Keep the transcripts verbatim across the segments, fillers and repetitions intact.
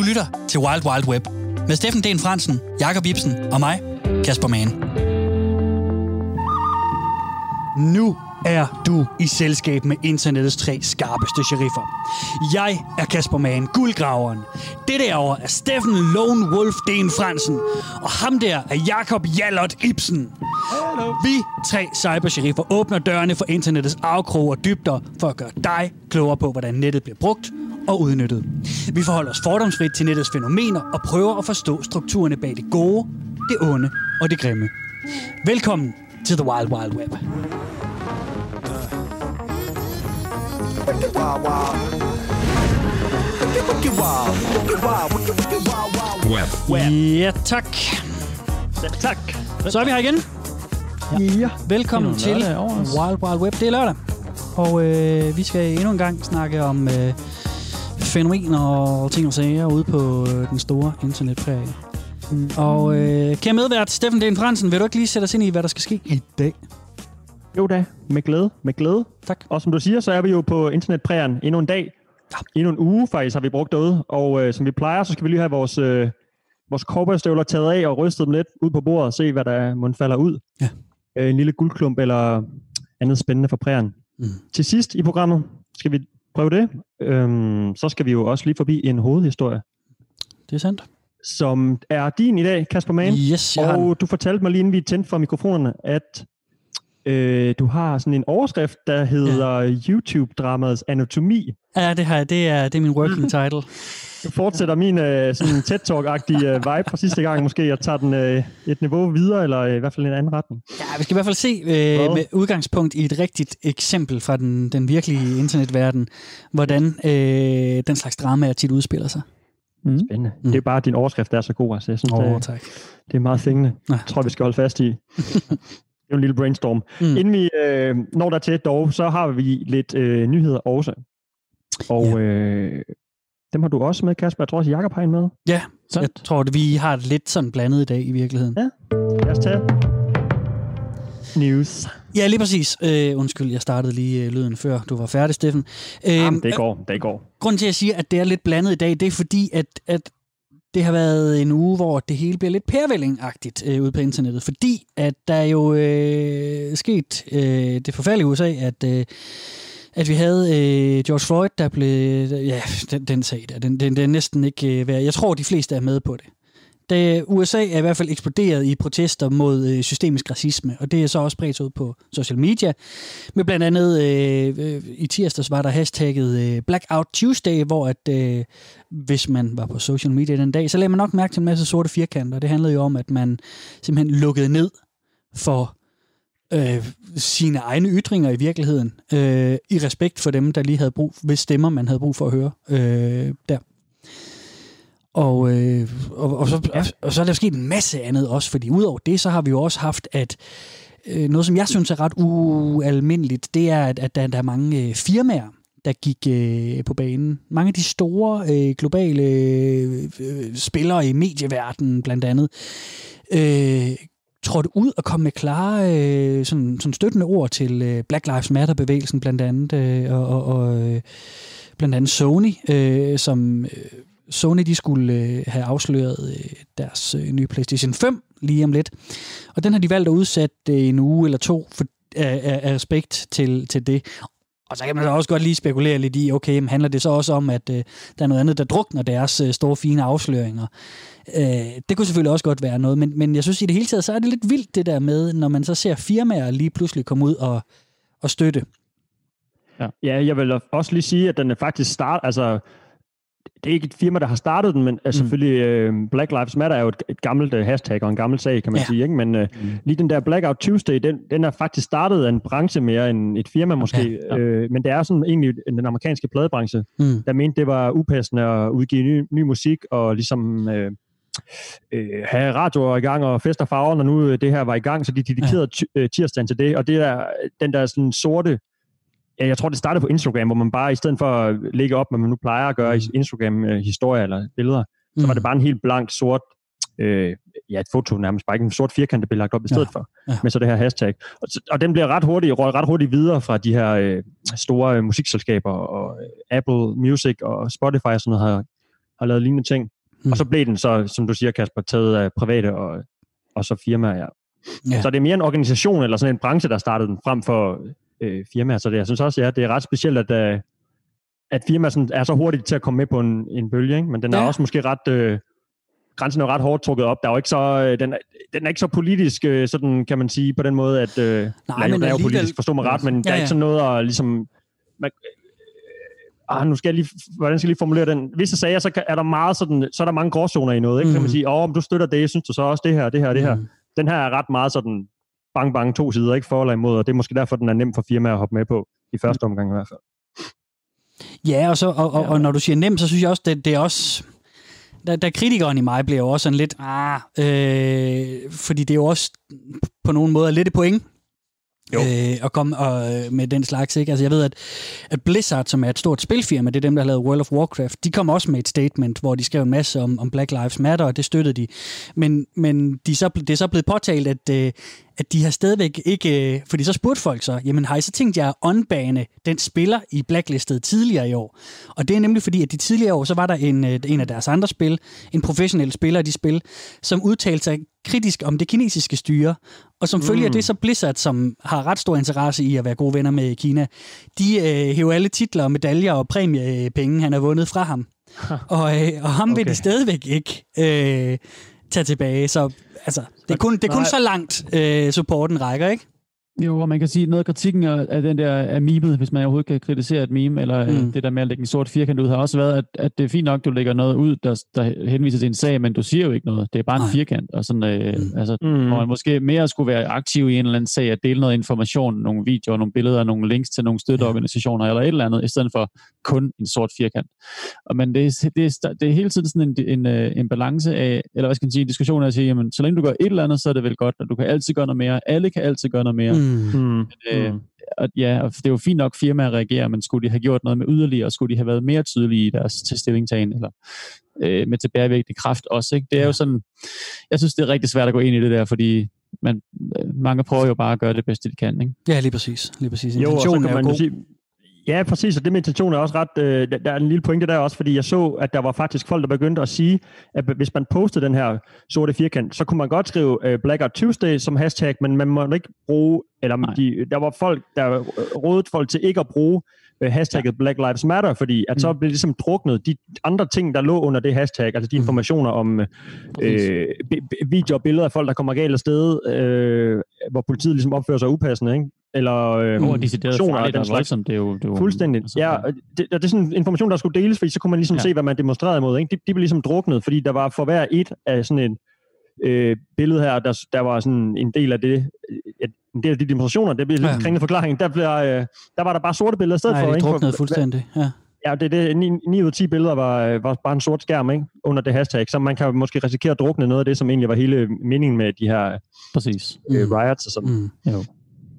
lytter til Wild Wild Web med Steffen Den Fransen, Jakob Ibsen og mig, Kasper Mann. Nu er du i selskab med internettets tre skarpeste sheriffer. Jeg er Kasper Mann, guldgraveren. Det derovre er Steffen Lone Wolf Den Fransen. Og ham der er Jakob Jallot Ibsen. Hello. Vi tre cybersheriffer åbner dørene for internettets afkrog og dybder for at gøre dig klogere på, hvordan nettet bliver brugt og udnyttet. Vi forholder os fordomsfrit til nettets fænomener og prøver at forstå strukturerne bag det gode, det onde og det grimme. Velkommen til The Wild Wild Web. Web. Ja, tak. Ja, tak. Så er vi her igen. Ja. Velkommen til Wild Wild Web. Det er lørdag. Og øh, vi skal endnu en gang snakke om øh, fænomener og ting og sager ude på øh, den store internetpræge. Mm. Og øh, kære medvært, Steffen Den Fransen, vil du ikke lige sætte os ind i, hvad der skal ske i dag? Jo da, med glæde, med glæde. Tak. Og som du siger, så er vi jo på internetprægen endnu en dag. Ja. Endnu en uge faktisk har vi brugt derude. Og øh, som vi plejer, så skal vi lige have vores, øh, vores cowboystøvler taget af og rystet dem lidt ud på bordet og se, hvad der måtte falder ud. Ja. Øh, en lille guldklump eller andet spændende for prægen. Mm. Til sidst i programmet skal vi prøve det. Øhm, så skal vi jo også lige forbi en hovedhistorie. Det er sandt. Som er din i dag, Kasper Mann. Yes, jeg og har du fortalte mig lige inden vi tændte for mikrofonerne, at øh, du har sådan en overskrift, der hedder ja. YouTube-dramaets anatomi. Ja, det har jeg. Det er, det er min working title. Du fortsætter min øh, sådan TED-talk-agtige øh, vibe fra sidste gang. Måske jeg tager den øh, et niveau videre, eller øh, i hvert fald en anden retning. Ja, vi skal i hvert fald se øh, med udgangspunkt i et rigtigt eksempel fra den, den virkelige internetverden, hvordan øh, den slags dramaer tit udspiller sig. Mm. Spændende. Mm. Det er bare, at din overskrift er så god. Altså. Jeg synes, oh, det, tak. det er meget fængende. Ja. Jeg tror, vi skal holde fast i. Det er en lille brainstorm. Mm. Inden vi øh, når der til dog, så har vi lidt øh, nyheder også. Og ja. øh, dem har du også med, Kasper. Jeg tror også, Jakob har en med. Ja, så jeg tror, at vi har det lidt sådan blandet i dag i virkeligheden. Ja, lad os tage news. Ja, lige præcis. Øh, undskyld, jeg startede lige øh, lyden før du var færdig, Steffen. Øh, Jamen, det går, det går. Grunden til, at jeg siger, at det er lidt blandet i dag, det er fordi, at, at det har været en uge, hvor det hele bliver lidt pærevælling-agtigt øh, ude på internettet. Fordi at der er jo øh, sket øh, det forfærdelige i U S A, at, øh, at vi havde øh, George Floyd, der blev... Ja, den, den sag der, den, den, den næsten ikke øh, værd. Jeg tror, de fleste er med på det. Da U S A er i hvert fald eksploderet i protester mod øh, systemisk racisme, og det er så også bredt ud på social media. Med blandt andet øh, øh, i tirsdags var der hashtagget øh, Blackout Tuesday, hvor at, øh, hvis man var på social media den dag, så lagde man nok mærke til en masse sorte firkanter. Det handlede jo om, at man simpelthen lukkede ned for øh, sine egne ytringer i virkeligheden, øh, i respekt for dem, der lige havde brug, hvis stemmer man havde brug for at høre øh, der. Og, øh, og, og, så, og, og så er der sket en masse andet også, fordi udover det, så har vi jo også haft, at øh, noget, som jeg synes er ret ualmindeligt, det er, at, at der, der er mange øh, firmaer, der gik øh, på banen. Mange af de store øh, globale øh, spillere i medieverdenen, blandt andet, øh, trådte ud og kom med klare øh, sådan, sådan støttende ord til øh, Black Lives Matter-bevægelsen, blandt andet, øh, og, og, og øh, blandt andet Sony, øh, som... Øh, Sony, de skulle øh, have afsløret øh, deres øh, nye PlayStation fem lige om lidt. Og den har de valgt at udsætte øh, en uge eller to for, af, af, af respekt til, til det. Og så kan man også godt lige spekulere lidt i, okay, men handler det så også om, at øh, der er noget andet, der drukner deres øh, store, fine afsløringer? Øh, det kunne selvfølgelig også godt være noget, men, men jeg synes i det hele taget, så er det lidt vildt det der med, når man så ser firmaer lige pludselig komme ud og, og støtte. Ja. ja, jeg vil også lige sige, at den er faktisk start, altså det er ikke et firma, der har startet den, men altså, mm. selvfølgelig øh, Black Lives Matter er jo et, et gammelt øh, hashtag og en gammel sag, kan man ja. sige, ikke? Men øh, mm. lige den der Blackout Tuesday, den, den er faktisk startet af en branche mere end et firma måske, ja. Ja. Øh, men det er sådan egentlig den amerikanske pladebranche, mm. der mente, det var upassende at udgive ny, ny musik og ligesom øh, øh, have radioer i gang og fester farver, når nu det her var i gang, så de dedikerede ja. tirsdagen til det, og det er den der sådan sorte. Ja, jeg tror, det startede på Instagram, hvor man bare i stedet for at lægge op, hvad man nu plejer at gøre i Instagram-historier eller billeder, mm. så var det bare en helt blank, sort, øh, ja, et foto nærmest, bare ikke en sort firkant, der blev lagt op i stedet ja. for, ja. med så det her hashtag. Og, og den bliver ret hurtigt, ret hurtigt videre fra de her øh, store musikselskaber, og øh, Apple Music og Spotify og sådan noget har, har lavet lignende ting. Mm. Og så blev den så, som du siger, Kasper, taget af private og, og så firmaer. Ja. Ja. Så det er mere en organisation eller sådan en branche, der startede den frem for øh, firmaer. Så det, jeg synes også, ja, det er ret specielt, at, øh, at firmaer sådan, er så hurtigt til at komme med på en, en bølge. Ikke? Men den er ja. også måske ret... Øh, grænsen er jo ret hårdt trukket op. Der er jo ikke så, øh, den, er, den er ikke så politisk, øh, sådan kan man sige, på den måde, at... Øh, Nej, men det er jo politisk, forstå mig ret, men ja, ja. der er ikke sådan noget at ligesom... Man, Ah, nu skal jeg lige, hvordan skal jeg lige formulere den? Visse sager, så er der meget sådan, så er der mange gråzoner i noget, ikke? Mm. Så kan man sige, åh, om du støtter det, synes du så også det her, det her, det her. Mm. Den her er ret meget sådan, bang, bang, to sider, ikke for eller imod, og det er måske derfor, den er nem for firmaer at hoppe med på, i første omgang i hvert fald. Ja, og, så, og, og, og når du siger nem, så synes jeg også, det, det er også, der, der kritikeren i mig bliver jo også sådan lidt, ah, øh, fordi det er jo også på nogen måde lidt et point, Øh, og komme og, øh, med den slags, ikke? Altså jeg ved, at, at Blizzard, som er et stort spilfirma, det er dem, der har lavet World of Warcraft, de kom også med et statement, hvor de skrev en masse om, om Black Lives Matter, og det støttede de. Men, men de så, det er så blevet påtalt, at, øh, at de har stadigvæk ikke... Øh, fordi så spurgte folk så, jamen har I så tænkt jer at unbane den spiller i blacklistet tidligere i år? Og det er nemlig fordi, at de tidligere år, så var der en, en af deres andre spil, en professionel spiller af de spil, som udtalte sig kritisk om det kinesiske styre, og som mm. følger det, så Blizzard, som har ret stor interesse i at være gode venner med Kina, de øh, hæver alle titler og medaljer og præmiepenge, han har vundet fra ham. og, øh, og ham okay. vil de stadigvæk ikke øh, tage tilbage. Så altså, det er kun, det er kun så langt, øh, supporten rækker, ikke? Jo, og man kan sige, noget af kritikken af den der af memet, hvis man overhovedet kan kritisere et meme, eller mm. det der med at lægge en sort firkant ud, har også været, at, at det er fint nok, du lægger noget ud, der, der henviser til en sag, men du siger jo ikke noget. Det er bare en Ej. firkant. Og sådan, øh, mm. altså, mm. hvor man måske mere skulle være aktiv i en eller anden sag, at dele noget information, nogle videoer, nogle billeder, nogle links til nogle støtteorganisationer, ja. eller et eller andet, i stedet for kun en sort firkant. Og, men det, det, er, det er hele tiden sådan en, en, en balance af, eller hvad skal man sige, en diskussion af at sige, jamen, så længe du gør et eller andet, så er det vel godt, og du kan altid gøre noget mere. Alle kan altid gøre noget mere. Mm. Mm. Men, øh, og ja, og det er jo fint nok, firmaer reagerer, men skulle de have gjort noget med yderligere, og skulle de have været mere tydelige i deres tilstillingtagen, eller øh, med tilbagevirkende kraft også, ikke? Det er ja. jo sådan, jeg synes, det er rigtig svært at gå ind i det der, fordi man, mange prøver jo bare at gøre det bedste, de kan, ikke? Ja, lige præcis. Lige præcis. Jo, og så kan man jo sige, ja, præcis, og det med intention er også ret, øh, der er en lille pointe der også, fordi jeg så, at der var faktisk folk, der begyndte at sige, at hvis man postede den her sorte firkant, så kunne man godt skrive øh, Blackout Tuesday som hashtag, men man må ikke bruge, eller de, der var folk, der rådede folk til ikke at bruge øh, hashtagget ja. Black Lives Matter, fordi at mm. så blev det ligesom druknet de andre ting, der lå under det hashtag, altså de mm. informationer om øh, videoer og billeder af folk, der kommer galt af sted, øh, hvor politiet ligesom opfører sig upassende, ikke? Eller øh, oh, informationer af den slags. Det er jo, det er jo, fuldstændig. Altså, ja, og det, det er sådan en information, der skulle deles, fordi så kunne man ligesom ja. se, hvad man demonstrerede imod. Ikke? De, de blev ligesom druknet, fordi der var for hver et af sådan en øh, billede her, der, der var sådan en del af det, en del af de demonstrationer, det bliver lidt ja. kringlet forklaring, der, blev, øh, der var der bare sorte billeder i stedet Nej, for. Nej, de druknede fuldstændig, ja. Ja, det, det, ni ud af ti billeder var, var bare en sort skærm, ikke? Under det hashtag, så man kan måske risikere at drukne noget af det, som egentlig var hele meningen med de her Præcis. Øh, riots og sådan. Mm. Jo.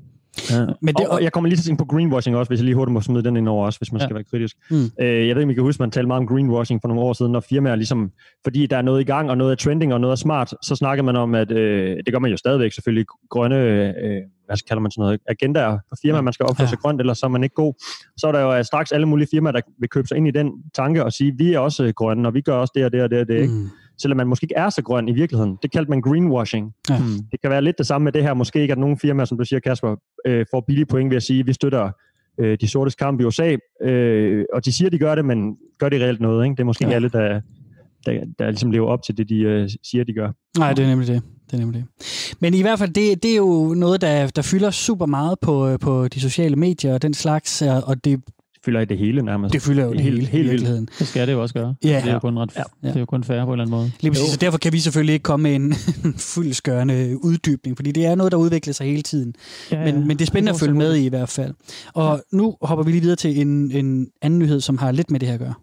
Ja. Men det, og, og jeg kommer lige til at tænke på greenwashing også, hvis jeg lige hurtigt må smide den ind over også, hvis man ja. skal være kritisk. Mm. Øh, jeg ved ikke, om I kan huske, man talte meget om greenwashing for nogle år siden, når firmaer ligesom, fordi der er noget i gang, og noget er trending, og noget er smart, så snakker man om, at øh, det gør man jo stadigvæk selvfølgelig, grønne, øh, hvad kalder man sådan noget, agendaer for firmaer, man skal opføre ja. sig grønt, eller så er man ikke god. Så er der jo straks alle mulige firmaer, der vil købe sig ind i den tanke og sige, vi er også grønne, og vi gør også det og det og det og det, ikke? Mm. Selvom man måske ikke er så grøn i virkeligheden. Det kaldte man greenwashing. Ja. Hmm. Det kan være lidt det samme med det her. Måske ikke, at nogle firmaer, som du siger, Kasper, øh, får billige point ved at sige, at vi støtter øh, de sortes kamp i U S A, øh, og de siger, de gør det, men gør de reelt noget? Ikke? Det er måske ikke ja. alle, der, der, der ligesom lever op til det, de øh, siger, de gør. Nej, det er nemlig det. Det er nemlig det. Men i hvert fald, det, det er jo noget, der, der fylder super meget på, på de sociale medier og den slags, og det fylder i det hele nærmest. Det fylder jo det hele, hele i virkeligheden. Det skal det jo også gøre. Ja. Det er jo kun ret, ja. det er jo kun fair på en eller anden måde. Lige præcis, og derfor kan vi selvfølgelig ikke komme med en fyldestgørende uddybning, fordi det er noget, der udvikler sig hele tiden. Ja, ja. Men, men det er spændende at følge med i i hvert fald. Og ja. nu hopper vi lige videre til en, en anden nyhed, som har lidt med det her at gøre.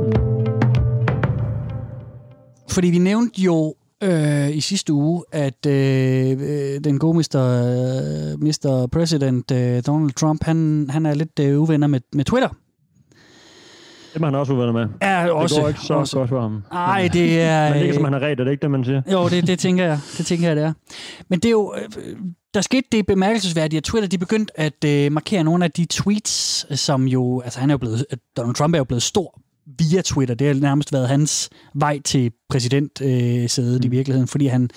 Fordi vi nævnte jo øh, i sidste uge, at øh, den gode mister mister President øh, Donald Trump, han, han er lidt øh, uvenner med, med Twitter. Det er han også uvenner med. Ja, også, det går ikke så også. godt for ham. Nej, det er... Men det er ikke, som han har ret, er det ikke det, man siger? Jo, det, det tænker jeg. Det tænker jeg, det er. Men det er jo... Der skete det bemærkelsesværdige, at Twitter de begyndte at øh, markere nogle af de tweets, som jo... Altså, han er jo blevet... Donald Trump er jo blevet stor via Twitter. Det har nærmest været hans vej til præsidentsædet øh, mm. i virkeligheden, fordi han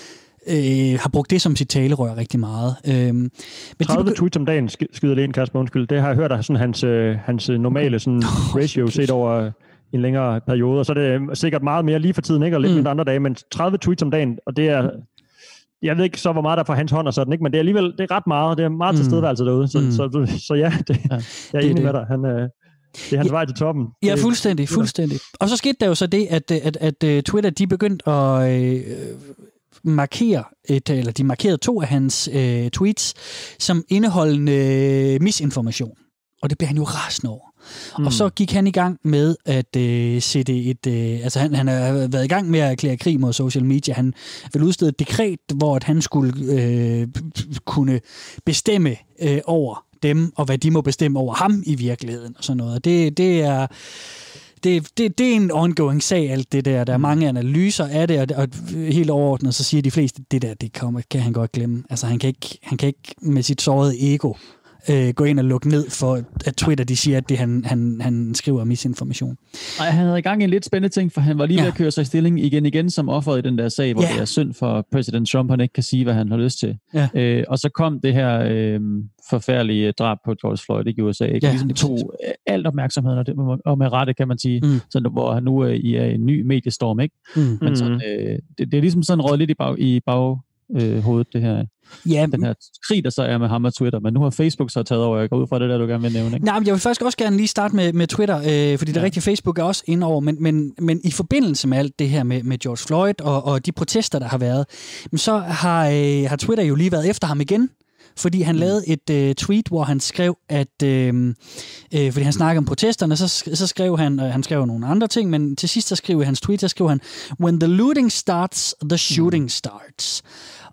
øh, har brugt det som sit talerør rigtig meget. Øh, men tredive de... tweets om dagen skyder lige ind, Kasper, undskyld. Det har jeg hørt af sådan hans, øh, hans normale sådan, oh, ratio set over en længere periode, og så er det sikkert meget mere lige for tiden, ikke? Og lidt mm. mindre andre dage, men tredive tweets om dagen, og det er, jeg ved ikke så, hvor meget der er fra hans hånd og sådan, ikke? Men det er alligevel, det er ret meget, det er meget mm. tilstedeværelse derude, så, mm. så, så, så ja, det, ja, jeg er det, enig det. med dig. Han, øh, det er hans ja, vej til toppen. Ja, fuldstændig, fuldstændig. Og så skete der jo så det, at, at, at, at Twitter, de begyndte at øh, markere, et, eller de markerede to af hans øh, tweets, som indeholdende øh, misinformation. Og det blev han jo rasende over. Mm. Og så gik han i gang med at øh, sætte et... Øh, altså han, han har været i gang med at erklære krig mod social media. Han ville udstede et dekret, hvor at han skulle øh, kunne bestemme øh, over dem, og hvad de må bestemme over ham i virkeligheden, og sådan noget. Det, det er... Det, det, det er en ongoing sag, alt det der. Der er mange analyser af det, og, og helt overordnet, så siger de fleste, det der, det kommer, kan han godt glemme. Altså, han kan ikke, han kan ikke med sit sårede ego øh, gå ind og lukke ned for, at Twitter, de siger, at det, han, han, han skriver misinformation. Nej, han havde i gang i en lidt spændende ting, for han var lige ved ja. at køre sig i stilling igen igen som offeret i den der sag, hvor ja. det er synd for præsident Trump, han ikke kan sige, hvad han har lyst til. Ja. Øh, og så kom det her øh, forfærdelige drab på George Floyd i U S A, ikke? Ja, ligesom det tog alt opmærksomheden, og, det, og med rette, kan man sige, mm. sådan, hvor han nu er i en ny mediestorm, ikke? Mm. Men sådan, øh, det, det er ligesom sådan råd lidt i bag, i bag øh, hovedet, det her. Ja, den her krig, der så er med ham og Twitter, men nu har Facebook så taget over. Jeg går ud fra det der, du gerne vil nævne, ikke? Nej, men jeg vil faktisk også gerne lige starte med, med Twitter, øh, fordi ja. det rigtige Facebook er også inde over, men, men, men i forbindelse med alt det her med, med George Floyd og, og de protester, der har været, så har, øh, har Twitter jo lige været efter ham igen, fordi han mm. lavede et øh, tweet, hvor han skrev, at øh, øh, fordi han snakkede om protesterne, så, så skrev han, og han skrev nogle andre ting, men til sidst så skrev i hans tweet, så skrev han, when the looting starts, the shooting starts.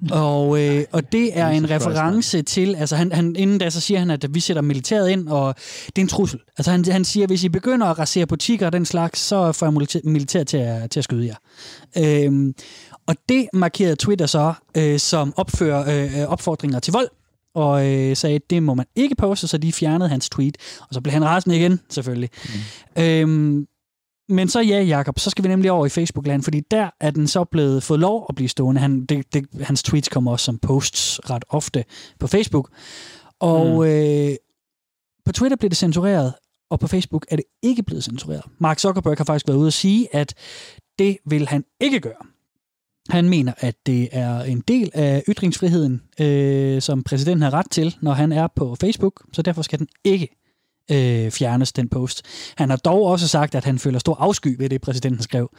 Og, øh, og det er en reference til, altså han, han, inden da så siger han, at vi sætter militæret ind, og det er en trussel. Altså han, han siger, at hvis I begynder at rasere butikker og den slags, så får jeg militæret til at, til at skyde jer. Øhm, og det markerede Twitter så øh, som opfører øh, opfordringer til vold, og øh, sagde, at det må man ikke poste, så de fjernede hans tweet. Og så blev han rasende igen, selvfølgelig. Mm. Øhm, Men så ja, Jakob, så skal vi nemlig over i Facebook-land, fordi der er den så blevet fået lov at blive stående. Han, det, det, hans tweets kommer også som posts ret ofte på Facebook. Og mm. øh, på Twitter blev det censureret, og på Facebook er det ikke blevet censureret. Mark Zuckerberg har faktisk været ude at sige, at det vil han ikke gøre. Han mener, at det er en del af ytringsfriheden, øh, som præsidenten har ret til, når han er på Facebook, så derfor skal den ikke Øh, fjernes, den post. Han har dog også sagt, at han føler stor afsky ved det, præsidenten skrev.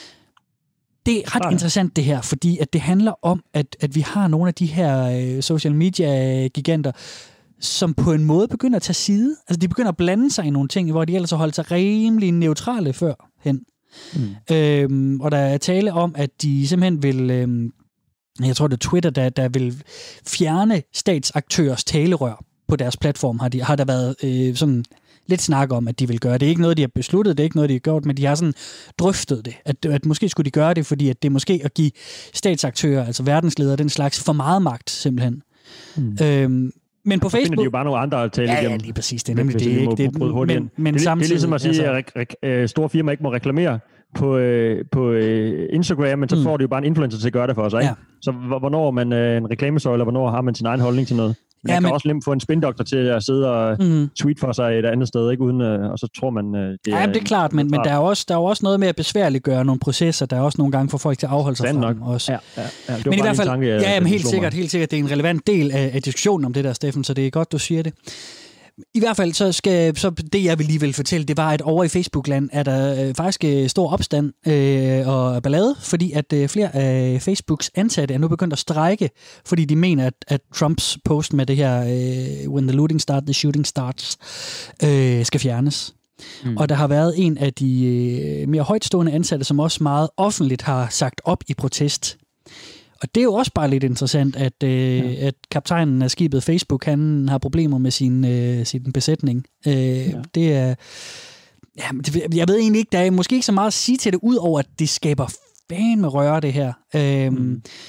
Det er ret ja. interessant det her, fordi at det handler om, at, at vi har nogle af de her øh, social media-giganter, som på en måde begynder at tage side. Altså de begynder at blande sig i nogle ting, hvor de ellers har holdt sig rimelig neutrale førhen. Mm. Øhm, og der er tale om, at de simpelthen vil... Øh, jeg tror, det er Twitter, der, der vil fjerne statsaktørers talerør på deres platform, har, de, har der været øh, sådan lidt snak om, at de vil gøre det. Det er ikke noget, de har besluttet, det er ikke noget, de har gjort, men de har sådan drøftet det. At, at måske skulle de gøre det, fordi at det er måske at give statsaktører, altså verdensledere, den slags for meget magt, simpelthen. Mm. Øhm, men på så Facebook... finder de jo bare nogle andre at tale ja, igennem. Ja, lige præcis. Det er nemlig det. Ikke. Det, det, men, men, men det, samtidig... Det er ligesom at sige, altså, at øh, store firmaer ikke må reklamere på, øh, på øh, Instagram, men så mm. får de jo bare en influencer til at gøre det for os, ikke? Ja. Så hvornår er man øh, en reklamesøjle, og hvornår har man sin egen holdning til noget? Man ja, kan men... også nemt få en spindoktor til at sidde og mm. tweet for sig et andet sted, ikke? Uden, øh, og så tror man... Øh, det ja, er, det er klart, men, men der, er også, der er også noget med at besværliggøre nogle processer, der er også nogle gange for folk til at afholde sig fra dem også. Ja, ja, ja. Det men i hvert fald, tanke, ja, jamen, helt sikkert, helt sikkert, det er en relevant del af, af diskussionen om det der, Steffen, så det er godt, du siger det. I hvert fald, så skal så det, jeg vil lige vil fortælle, det var, at over i Facebook-land er der øh, faktisk øh, stor opstand øh, og ballade, fordi at øh, flere af Facebooks ansatte er nu begyndt at strejke, fordi de mener, at, at Trumps post med det her øh, when the looting starts, the shooting starts, øh, skal fjernes. Mm. Og der har været en af de øh, mere højtstående ansatte, som også meget offentligt har sagt op i protest. Og det er jo også bare lidt interessant, at, øh, ja. at kaptajnen af skibet Facebook, han har problemer med sin, øh, sin besætning. Øh, ja. Det er... Ja, det, jeg ved egentlig ikke, der er måske ikke så meget at sige til det, udover at det skaber fandme røre, det her. Øh, mm.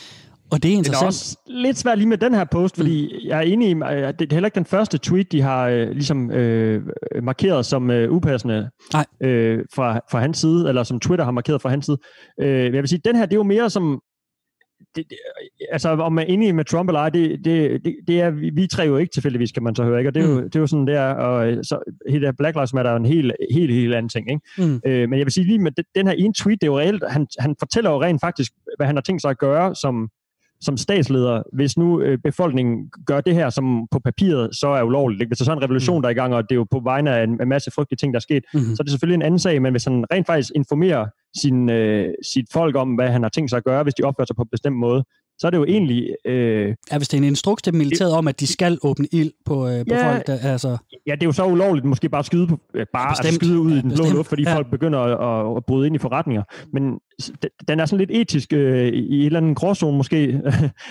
Og det er interessant. Det er også lidt svært lige med den her post, fordi mm. jeg er enig i, at det er heller ikke den første tweet, de har øh, ligesom øh, markeret som øh, upassende øh, fra, fra hans side, eller som Twitter har markeret fra hans side. Øh, jeg vil sige, den her, det er jo mere som, det, det, altså om man er enig med Trump eller ej, det, det, det, det er vi, vi tre jo ikke tilfældigvis, kan man så høre, ikke? Og det er, mm. jo, det er jo sådan der, og så hele der Black Lives Matter er en helt, helt, helt anden ting, ikke? Mm. Øh, men jeg vil sige lige med den her ene tweet, det er jo reelt, han, han fortæller jo rent faktisk, hvad han har tænkt sig at gøre som som statsleder, hvis nu øh, befolkningen gør det her, som på papiret så er ulovligt. Ikke? Hvis der så er en revolution, mm. der er i gang, og det er jo på vegne af en, en masse frygtelige ting, der er sket, mm. så er det selvfølgelig en anden sag, men hvis han rent faktisk informerer sin, øh, sit folk om, hvad han har tænkt sig at gøre, hvis de opfører sig på en bestemt måde, så er det jo egentlig... Øh, ja, hvis det er en instruks til militæret om, at de skal åbne ild på, øh, på ja, folk, der altså... Ja, det er jo så ulovligt, måske bare skyde, på, øh, bare ja, altså skyde ud ja, i den blå luft, fordi ja. folk begynder at, at bryde ind i forretninger. Men den er sådan lidt etisk øh, i en eller anden gråzone måske,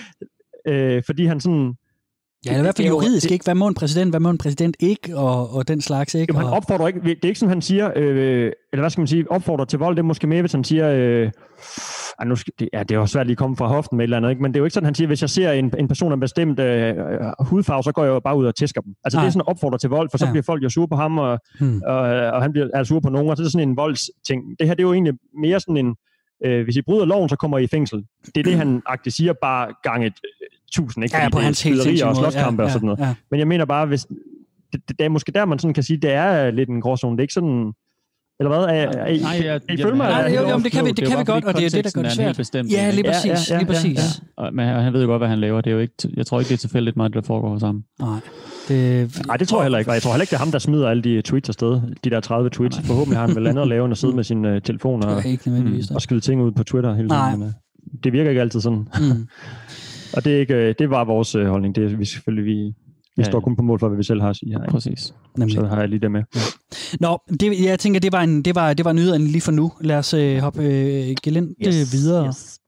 øh, fordi han sådan... Ja, eller i hvert fald juridisk, det, ikke? Hvad må en præsident, hvad må en præsident ikke, og, og den slags, ikke? Jamen, han opfordrer ikke, det er ikke sådan, han siger, øh, eller hvad skal man sige, opfordrer til vold, det er måske mere, hvis han siger, øh, ej, nu skal, det, ja, det er jo svært lige at komme fra hoften med et eller andet, ikke? Men det er jo ikke sådan, han siger, hvis jeg ser en, en person af en bestemt øh, hudfarve, så går jeg jo bare ud og tæsker dem. Altså, Ej. det er sådan en opfordrer til vold, for så ja. bliver folk jo sure på ham, og, hmm. og, og han bliver er sure på nogen, og så er det sådan en voldsting. Det her, det er jo egentlig mere sådan en, øh, hvis I bryder loven, så kommer I i fængsel. Det er det, han agtigt siger, bare ganget tusind, ikke? Ja, ja, på hans helt sindssyge og slåskampe ja, ja, og sådan noget. Ja. Men jeg mener bare, hvis det, det, det er måske der, man sådan kan sige, det er lidt en gråzone. Det er ikke sådan... Eller hvad? Er, er, er, nej, jeg, I følger mig? Nej, jo, jo, det kan vi, det kan vi godt, og det er det, der gør det svært. Bestemt, ja, lige præcis. Ja, ja, ja, lige præcis. Ja, ja. Men han ved jo godt, hvad han laver. Det er jo ikke, jeg tror ikke, det er tilfældigt meget, der foregår sammen. Nej. Det... Nej, det tror jeg heller ikke. Jeg tror heller ikke, det er ham, der smider alle de tweets afsted. De der tredive tweets. Nej. Forhåbentlig har han vel andet at lave, end at sidde med sin uh, telefon og, og skyde ting ud på Twitter hele tiden. Men, uh, det virker ikke altid sådan. Mm. Og det er ikke, det var vores uh, holdning. Det er vi selvfølgelig, vi, vi ja, står kun på mål for, hvad vi selv har at sige her. Præcis. Nemlig. Så har jeg lige det med. Ja. Nå, det, jeg tænker, det var en, det var, det var nyheden lige for nu. Lad os uh, hoppe uh, gelent yes. videre. Yes.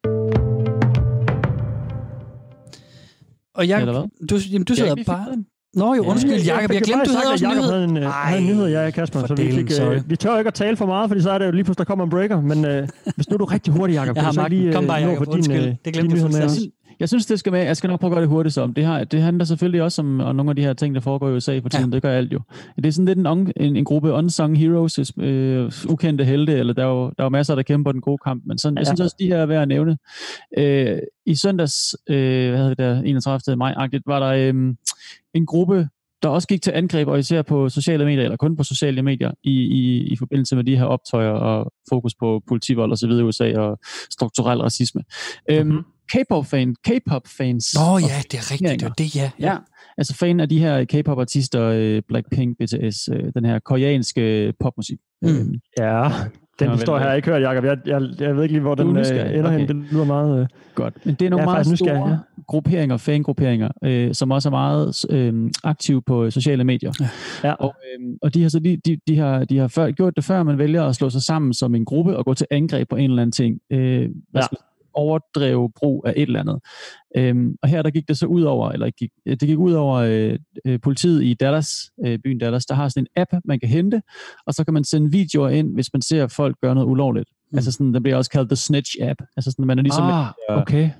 Og jeg, du, jamen, du sidder bare... Nå jo, undskyld, ja, Jacob. Jeg glemte, du havde også en nyhed. Havde en, havde en nyhed, ja, Kasper. Så vi, fik, uh, vi tør ikke at tale for meget, fordi så er det jo lige pludselig, der kommer en breaker. Men uh, hvis nu er du rigtig hurtig, Jacob, jeg har så lige Kom bare, Jacob. Undskyld. Din, det glemte du fuldstændig. Jeg synes, det skal med. Jeg skal nok prøve at gøre det hurtigt som. Det, her, det handler selvfølgelig også om, om nogle af de her ting, der foregår i U S A for tiden. Ja. Det gør alt jo. Det er sådan lidt en, en, en gruppe unsung heroes, øh, ukendte helte, eller der er, jo, der er jo masser, der kæmper den gode kamp. Men sådan, ja. jeg synes også, de her er værd at nævne. Øh, I søndags, øh, hvad hedder det der, enogtredivte maj-agtigt, var der øh, en gruppe, der også gik til angreb, og især på sociale medier, eller kun på sociale medier, i, i, i forbindelse med de her optøjer og fokus på politivold og så videre i U S A og strukturel racisme. Mm-hmm. Øhm, K-pop-fan, K-pop-fans. Åh oh, ja, det er rigtigt, det er det, ja. ja. Altså fan af de her K-pop-artister, Blackpink, B T S, den her koreanske popmusik. Mm. Øhm, ja, den historie har jeg ikke hørt, Jacob. Jeg, jeg, jeg ved ikke lige, hvor den øh, ender okay. hen. Det lyder meget... Øh... Godt, men det er nogle meget store ja. grupperinger, fangrupperinger, øh, som også er meget øh, aktive på sociale medier. Ja. Og, øh, og de har så de, de, de har, de har før, gjort det før, man vælger at slå sig sammen som en gruppe og gå til angreb på en eller anden ting. Øh, hvad ja. overdrev brug af et eller andet. Øhm, og her der gik det så ud over, eller gik, det gik ud over øh, øh, politiet i Dallas, øh, byen Dallas, der har sådan en app, man kan hente, og så kan man sende videoer ind, hvis man ser folk gøre noget ulovligt. Mm. Altså sådan, den bliver også kaldt The Snitch app. Altså sådan, man er ligesom... Ah, med, øh, okay.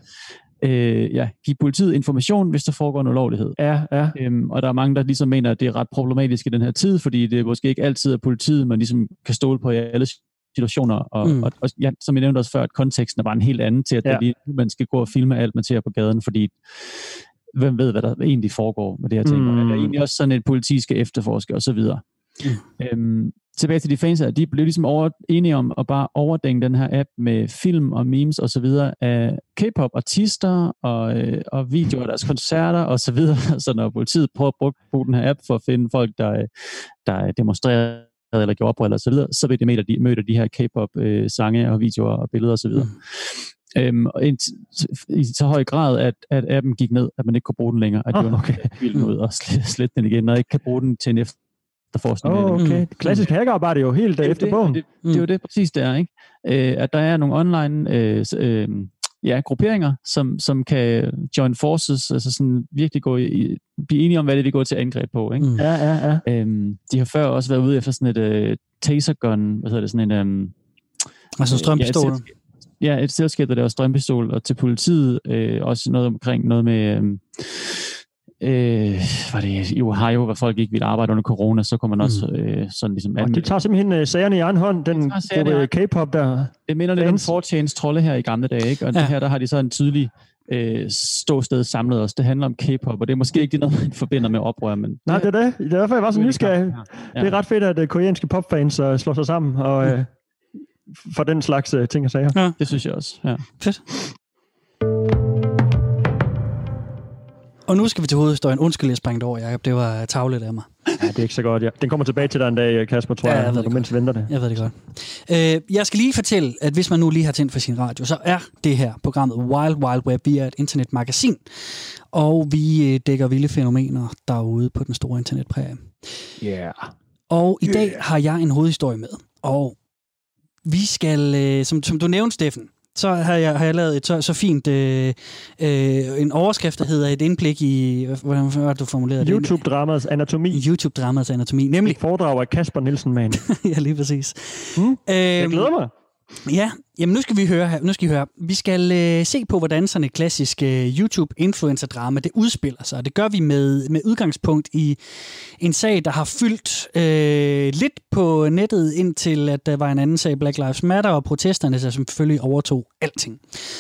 Øh, ja, give politiet information, hvis der foregår en ulovlighed. Ja, ja. Øhm, og der er mange, der ligesom mener, at det er ret problematisk i den her tid, fordi det er måske ikke altid at politiet, man ligesom kan stole på i alle situationer, og, mm. og, og ja, som jeg nævnte også før, at konteksten er bare en helt anden til, at ja. lige, man skal gå og filme alt, man ser på gaden, fordi hvem ved, hvad der egentlig foregår med det her ting. Mm. Og der er egentlig også sådan, et politi skal efterforske, og så videre. Mm. Øhm, tilbage til de fans, de blev ligesom over, enige om at bare overdænge den her app med film og memes og så videre af K-pop-artister og, øh, og videoer af deres koncerter og så videre. Så når politiet prøver at bruge, bruge den her app for at finde folk, der, der demonstrerer eller gjorde oprør eller så videre, så vil de møde de, møde de her K-pop-sange øh, og videoer og billeder og så videre. Mm. Øhm, og i, i så høj grad, at, at appen gik ned, at man ikke kunne bruge den længere, at det var nok vildt ud og slet, slet den igen, og ikke kan bruge den til en efterforskning. Åh, oh, okay. Mm. Klassisk hackerarbejde er jo helt det efter bogen. Det, det, det er jo det præcis, det er, ikke? Øh, at der er nogle online øh, øh, ja, grupperinger, som, som kan join forces, altså sådan virkelig gå i, blive enige om, hvad det er, de går til angreb på, ikke? Mm. Ja, ja, ja. Øhm, de har før også været ude efter sådan et uh, taser gun, hvad hedder det, sådan en... Um, altså strømpistol? Ja, ja, et selskab, der laver strømpistol, og til politiet øh, også noget omkring noget med... Øh, Øh, var det i Ohio, hvor folk ikke ville arbejde under corona, så kunne man også mm. øh, sådan ligesom... Og de tager simpelthen uh, sagerne i egen hånd, den gruppe K-pop der. Det minder lidt om four chains trolde her i gamle dage, ikke? Og ja. det her, der har de så en tydelig øh, ståsted samlet os. Det handler om K-pop, og det er måske ikke det, noget, man forbinder med oprør, men... Nej, det er det. Det er derfor, jeg var så nysgerrig. Ja. Det er ret fedt, at uh, koreanske popfans uh, slår sig sammen og uh, får den slags uh, ting og sager. Ja. Det synes jeg også, ja. Fedt. Og nu skal vi til hovedhistorien. Undskyld, jeg sprang det over, Jacob. Det var tavlet af mig. Ja, det er ikke så godt. Ja. Den kommer tilbage til dig en dag, Kasper, tror ja, jeg, jeg når du mindst venter det. Jeg ved det godt. Øh, jeg skal lige fortælle, at hvis man nu lige har tændt for sin radio, så er det her programmet Wild Wild Web. Vi er et internetmagasin, og vi dækker vilde fænomener derude på den store internetpræge. Ja. Yeah. Og i dag har jeg en hovedhistorie med, og vi skal, som, som du nævnte, Steffen, så har jeg, har jeg lavet et så, så fint øh, øh, en overskrift, der hedder et indblik i, hvordan var det, du formuleret det? YouTube-dramaets anatomi. YouTube-dramaets anatomi, nemlig... Et foredrag af Kasper Nielsen, man. Ja, lige præcis. Hmm? Øhm, jeg glæder mig. Ja, jamen nu skal vi høre her. Nu skal vi høre. Vi skal øh, se på, hvordan sådan et klassisk øh, YouTube-influencer-drama, det udspiller sig. Det gør vi med, med udgangspunkt i en sag, der har fyldt øh, lidt på nettet, indtil at der var en anden sag, Black Lives Matter, og protesterne, der selvfølgelig overtog alting.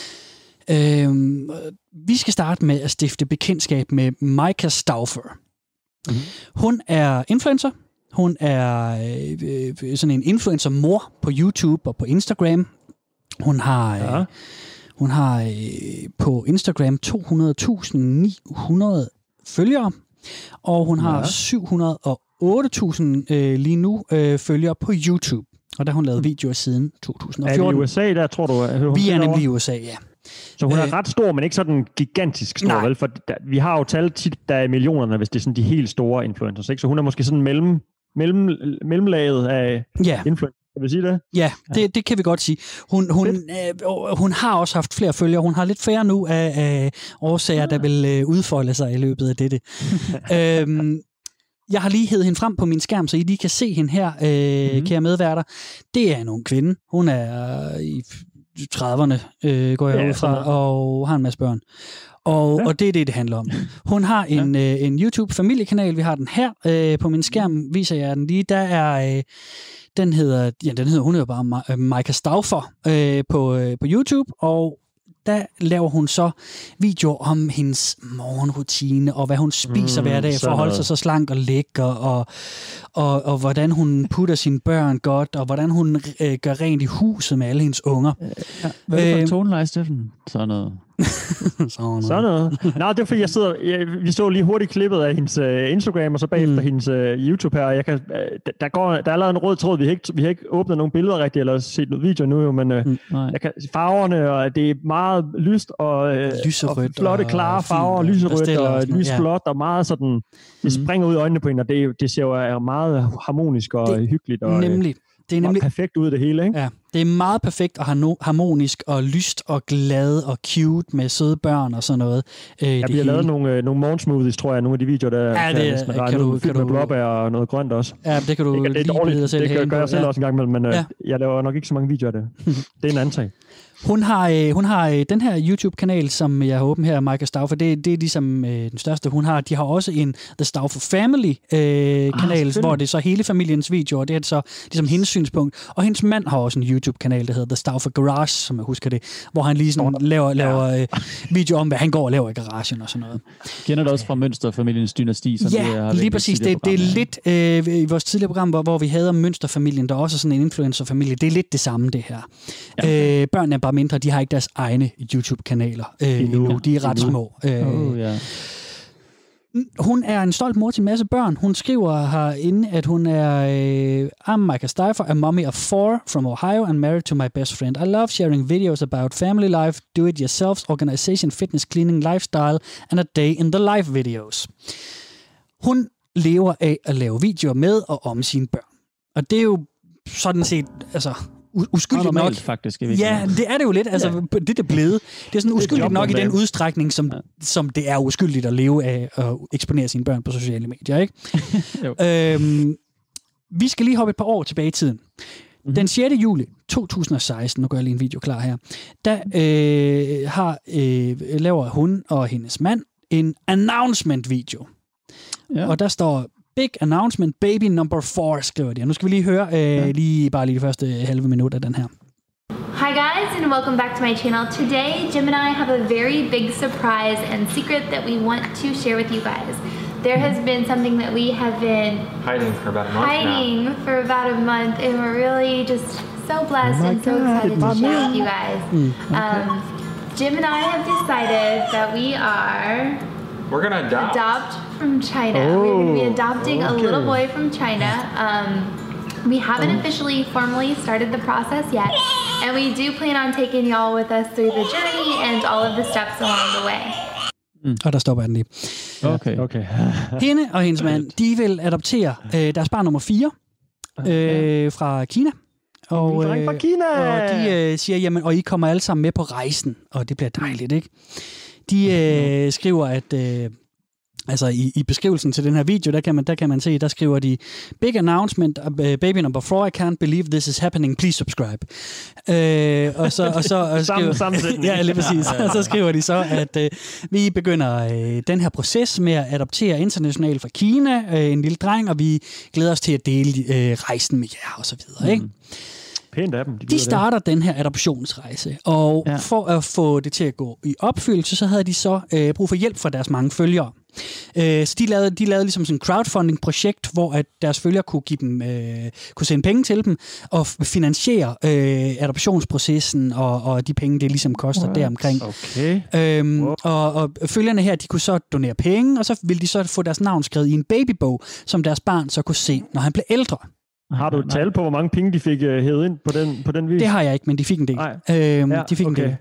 Øh, vi skal starte med at stifte bekendtskab med Micah Stauffer. Mm-hmm. Hun er influencer. Hun er øh, sådan en influencer-mor på YouTube og på Instagram. Hun har, ja. øh, hun har øh, på Instagram to hundrede tusind ni hundrede følgere, og hun har ja. syv hundrede og otte tusind øh, lige nu øh, følgere på YouTube. Og der har hun lavet videoer siden to tusind og fjorten. Er det i U S A, der tror du? Hun Vi er nemlig i U S A, ja. Så hun er øh, ret stor, men ikke sådan gigantisk stor, nej. Vel? For der, vi har jo talt tit, der er millionerne, hvis det er sådan de helt store influencers, ikke? Så hun er måske sådan mellem mellem, mellemlaget af ja. influencer. Kan vi sige det? Ja, det, det kan vi godt sige. Hun, hun, øh, hun har også haft flere følgere. Hun har lidt færre nu af, af årsager, ja. der vil øh, udfolde sig i løbet af dette. øhm, jeg har lige hævet hende frem på min skærm, så I lige kan se hende her, øh, mm-hmm. kære medværter. Det er en ung kvinde. Hun er i trediverne, øh, går jeg ja, ud fra, og har en masse børn. Og, ja. og det er det, det handler om. Hun har en, ja. øh, en YouTube-familiekanal. Vi har den her øh, på min skærm. Viser jeg den lige. Der er... Øh, den hedder... Ja, den hedder... Hun hedder bare Micah Stauffer øh, på, øh, på YouTube. Og der laver hun så videoer om hendes morgenrutine, og hvad hun spiser mm, hver dag, for at holde sig så slank og lækker, og, og, og hvordan hun putter sine børn godt, og hvordan hun øh, gør rent i huset med alle hendes unger. Ja, hvad er det for en toneleje, Steffen? Sådan noget. Sådan noget. Sådan noget. Nej, det er fordi, jeg sidder... Jeg, vi så lige hurtigt klippet af hendes uh, Instagram, og så bagefter mm. hendes uh, YouTube her, og jeg kan, uh, der, går, der er lavet en rød tråd. Vi har ikke, vi har ikke åbnet nogen billeder rigtigt, eller set noget video nu, jo, men uh, mm. jeg kan, farverne, og det er meget lyst, og, uh, og flotte, klare farver, lyserødt og lysblåt, ja. Og meget sådan... Det springer ud i øjnene på hende, og det, det ser jo meget harmonisk og det, hyggeligt. Og, nemlig. Det er nemlig perfekt ud af det hele, ikke? Ja, det er meget perfekt og harmonisk og lyst og glad og cute med søde børn og sådan noget. Øh, ja, vi har lavet nogle, øh, nogle morgensmoothies, tror jeg, nogle af de videoer, der ja, det, kan, kan, kan du, kan med blåbær og noget grønt også. Ja, det kan du det, det er dårligt, det gør, gør jeg selv ja. også en gang imellem, men øh, ja. jeg laver nok ikke så mange videoer af det. Det er en anden ting. Hun har, øh, hun har øh, den her YouTube-kanal, som jeg har åbent her, Micah Stauffer, det, det er ligesom øh, den største. Hun har, de har også en The Stauffer Family-kanal, øh, ah, hvor det er så hele familiens videoer, det er så ligesom hendes synspunkt. Og hendes mand har også en YouTube-kanal, der hedder The Stauffer Garage, som jeg husker det, hvor han lige sådan laver, laver øh, videoer om, hvad han går og laver i garagen og sådan noget. Kender du også fra Mønsterfamiliens dynasti? Som ja, det er, lige præcis. Det, det er lidt øh, i vores tidligere program, hvor, hvor vi havde om Mønsterfamilien, der også er sådan en influencer-familie. Det er lidt det samme, det her. Ja. Øh, børnene er bare mindre, de har ikke deres egne YouTube-kanaler øh, endnu. De er ret små. Øh, oh, yeah. Hun er en stolt mor til en masse børn. Hun skriver herinde, at hun er øh, I'm Micah Stauffer, a mommy of four from Ohio and married to my best friend. I love sharing videos about family life, do-it-yourself, organization, fitness, cleaning, lifestyle and a day in the life videos. Hun lever af at lave videoer med og om sine børn. Og det er jo sådan set... altså uskyldigt normalt, nok. Faktisk, ja, det er det jo lidt. Altså, ja. Det er blevet. Det er sådan uskyldigt er nok i den udstrækning, som, ja. som det er uskyldigt at leve af at eksponere sine børn på sociale medier, ikke? øhm, vi skal lige hoppe et par år tilbage i tiden. Mm-hmm. Den sjette juli to tusind og seksten, nu gør jeg lige en video klar her, der øh, har, øh, laver hun og hendes mand en announcement-video. Ja. Og der står, big announcement, baby number four, skriver de. Og nu skal vi lige høre, øh, ja. lige, bare lige de første halve minut af den her. Hi guys, and welcome back to my channel. Today, Jim and I have a very big surprise and secret that we want to share with you guys. There has been something that we have been hiding for about a month hiding now. for about a month, and we're really just so blessed oh and so God, excited to share with you guys. Mm, okay. um, Jim and I have decided that we are we're gonna adopt, adopt from China. Oh, we're going to be adopting okay. a little boy from China. Um, we haven't officially formally started the process yet, and we do plan on taking y'all with us through the journey and all of the steps along the way. Mm. Og der stopper den lige. Okay, okay. Hende og hendes mand, de vil adoptere øh, deres barn nummer fire øh, fra Kina. Og, øh, fra Kina! og de øh, siger, jamen, og I kommer alle sammen med på rejsen, og det bliver dejligt, ikke? De øh, skriver, at øh, altså i, i beskrivelsen til den her video, der kan man, der kan man se, der skriver de, big announcement, uh, baby number four, I can't believe this is happening, please subscribe. Øh, og så, og så og skriver, Sammensætning. ja, lige præcis. Og så skriver de så, at øh, vi begynder øh, den her proces med at adoptere internationalt fra Kina, øh, en lille dreng, og vi glæder os til at dele øh, rejsen med jer, og så videre, ikke? Mm. Pænt af dem. De, de starter det. den her adoptionsrejse, og ja. for at få det til at gå i opfyldelse, så havde de så øh, brug for hjælp fra deres mange følgere. Øh, så de lavede, de lavede ligesom sådan et crowdfunding-projekt, hvor at deres følgere kunne give dem, øh, kunne sende penge til dem og finansiere øh, adoptionsprocessen og, og de penge, det ligesom koster What? deromkring. Okay. Øhm, wow. og, og følgerne her, de kunne så donere penge, og så ville de så få deres navn skrevet i en babybog, som deres barn så kunne se, når han blev ældre. Har du et tal på, hvor mange penge de fik uh, hævet ind på den, på den vis? Det har jeg ikke, men de fik en del. Øhm, ja, de fik okay. en del.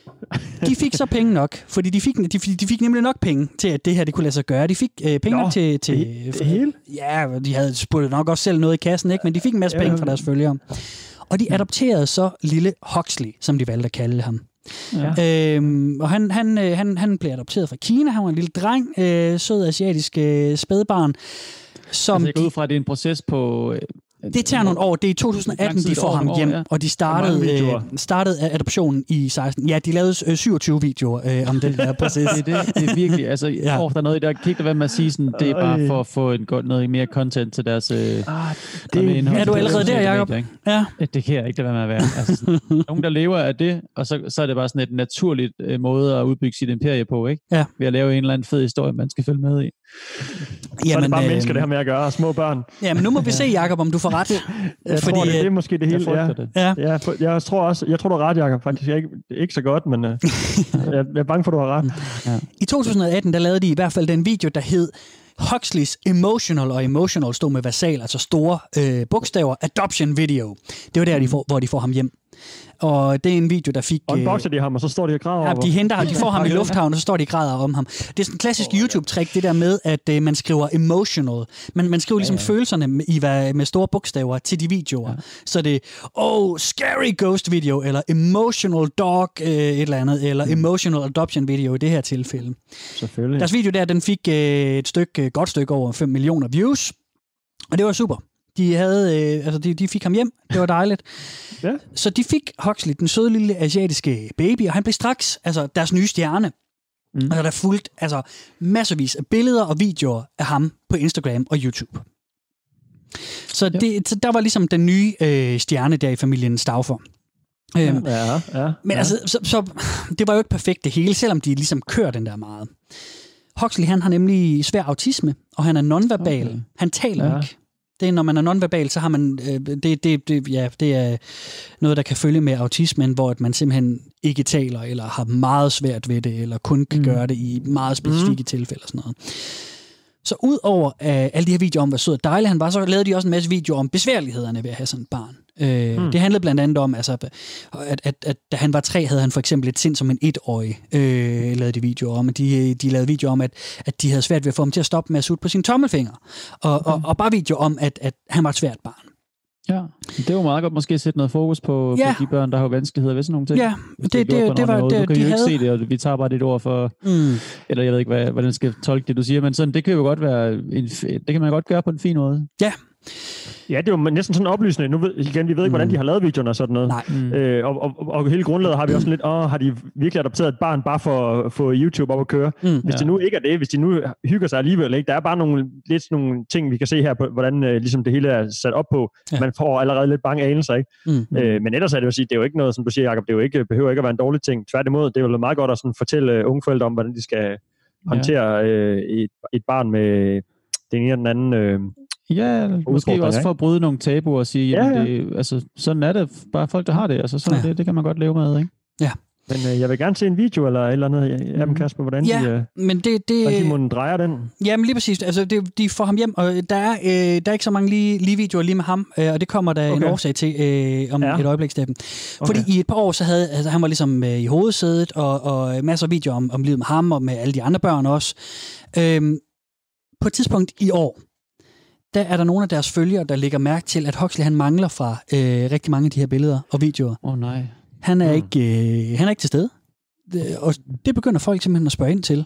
De fik så penge nok, fordi de fik, de, de fik nemlig nok penge til, at det her det kunne lade sig gøre. De fik øh, penge Nå, til... til det, det hele? Ja, de havde spurgt nok også selv noget i kassen, ikke? Men de fik en masse ja, penge fra deres følgere. Og de adopterede så lille Huxley, som de valgte at kalde ham. Ja. Øhm, og han, han, han, han blev adopteret fra Kina. Han var en lille dreng, øh, sød asiatisk øh, spædbarn. Som altså, jeg går ud fra, at det er en proces på... Øh, Det tager nogle år. Det er i to tusind atten, de får ham hjem, år, ja. og de startede, øh, startede adoptionen i seksten. Ja, de lavede øh, syvogtyve videoer øh, om den der proces. det, det, det er virkelig, altså, ja. åh, der er noget i der, kan ikke være med at sige sådan, det er bare for at få en godt, noget mere content til deres... Øh, ah, det, indhold, er du allerede der, Jacob? Ja. Det kan jeg ikke, det være med at være. Altså, sådan, nogen, der lever af det, og så, så er det bare sådan et naturligt øh, måde at udbygge sit imperie på, ikke? Ja. Ved at lave en eller anden fed historie, man skal følge med i. Så Jamen, er det bare øh, mennesker, det har med at gøre, små børn. Ja, men nu må vi se, Jacob, om du får ret. Jeg fordi, tror, det, det er måske det hele. Jeg, ja. det. Ja. Ja, for, jeg tror også, jeg tror, du har ret, Jacob. Faktisk, jeg er ikke, ikke så godt, men uh, jeg, jeg er bange for, du har ret. Ja. I to tusind atten, der lavede de i hvert fald den video, der hed Huxleys Emotional, og Emotional stod med versal, altså store øh, bogstaver, Adoption Video. Det var der, de får, hvor de får ham hjem. Og det er en video, der fik... Unboxer de ham, og så står de og græder ja, over. De henter ham, de får ham i lufthavnen, og så står de og græder om ham. Det er sådan en klassisk oh, YouTube-trick, det der med, at øh, man skriver emotional. Man, man skriver ligesom ja, ja. følelserne med, i, med store bogstaver til de videoer. Ja. Så det er, oh, scary ghost video, eller emotional dog, øh, et eller andet, eller mm. emotional adoption video i det her tilfælde. Selvfølgelig. Deres video der, den fik øh, et stykke, godt stykke over fem millioner views, og det var super. De, havde, øh, altså de, de fik ham hjem. Det var dejligt. Ja. Så de fik Huxley, den søde lille asiatiske baby, og han blev straks altså, deres nye stjerne. Mm. Og der er fulgt altså, masservis af billeder og videoer af ham på Instagram og YouTube. Så, ja. det, så der var ligesom den nye øh, stjerne der i familien Stauffer. Øhm, ja, ja, men ja. altså, så, så, det var jo ikke perfekt det hele, selvom de ligesom kører den der meget. Huxley, han har nemlig svær autisme, og han er nonverbal. Okay. Han taler ja. ikke. Det er, når man er nonverbal, så har man, øh, det, det, det, ja, det er noget, der kan følge med autismen, hvor man simpelthen ikke taler, eller har meget svært ved det, eller kun kan mm. gøre det i meget specifikke mm. tilfælde og sådan noget. Så ud over øh, alle de her videoer om, hvor sød og dejlig han var, så lavede de også en masse videoer om besværlighederne ved at have sådan et barn. Øh, mm. Det handlede blandt andet om, altså, at, at, at da han var tre, havde han for eksempel et sind som en etårig, øh, lavede de videoer om. De, de lavede videoer om, at, at de havde svært ved at få ham til at stoppe med at sutte på sine tommelfinger. Og, okay. og, og bare videoer om, at, at han var et svært barn. Ja, det var meget godt måske at sætte noget fokus på, ja. på de børn, der har vanskeligheder ved sådan nogle ting. Ja, det, det, det, det var det. Du kan de jo ikke havde... se det, og vi tager bare dit ord for, mm. eller jeg ved ikke, hvad, hvordan skal tolke det, du siger, men sådan, det kan jo godt være, en, det kan man godt gøre på en fin måde. Ja. Ja, det er jo næsten sådan oplysende. Nu ved, igen, vi ved ikke, hvordan de har lavet videoen og sådan noget. Nej. Mm. Øh, og, og, og hele grundlaget har vi også lidt, åh, har de virkelig adopteret et barn bare for at få YouTube op at køre? Mm. Hvis ja. det nu ikke er det, hvis de nu hygger sig alligevel, ikke? Der er bare nogle, lidt nogle ting, vi kan se her på, hvordan øh, ligesom det hele er sat op på. Ja. Man får allerede lidt bange anelser, ikke? Mm. Øh, men ellers er det jo at sige, det er jo ikke noget, som du siger, Jacob, det er jo ikke, behøver ikke at være en dårlig ting. Tværtimod, det er jo meget godt at sådan fortælle unge forældre om, hvordan de skal håndtere ja. øh, et, et barn med den ene eller den anden øh, ja, måske også for at bryde nogle tabuer og sige, ja, ja. Det, altså, sådan er det bare folk, der har det. Altså, sådan ja. det, det kan man godt leve med, ikke? Ja. Men øh, jeg vil gerne se en video eller et eller andet af dem, Kasper, hvordan ja, de, øh, men det, det, hvordan de må drejer den. Jamen lige præcis. Altså, det, de får ham hjem, og der er, øh, der er ikke så mange lige, lige videoer lige med ham, øh, og det kommer der okay. en årsag til øh, om ja. et øjeblik, Steffen. Fordi okay. i et par år, så havde altså, han var ligesom øh, i hovedsædet, og, og masser af videoer om, om livet med ham, og med alle de andre børn også. Øh, på et tidspunkt i år, der er der nogle af deres følgere, der lægger mærke til, at Huxley han mangler fra øh, rigtig mange af de her billeder og videoer. Åh oh, nej. Han er, mm. ikke, øh, han er ikke til stede. Det, og det begynder folk simpelthen at spørge ind til.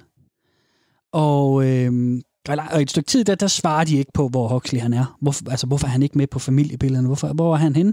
Og, øh, og et stykke tid, der, der svarer de ikke på, hvor Huxley han er. Hvorfor, altså, hvorfor er han ikke med på familiebillederne? Hvorfor, hvor er han henne?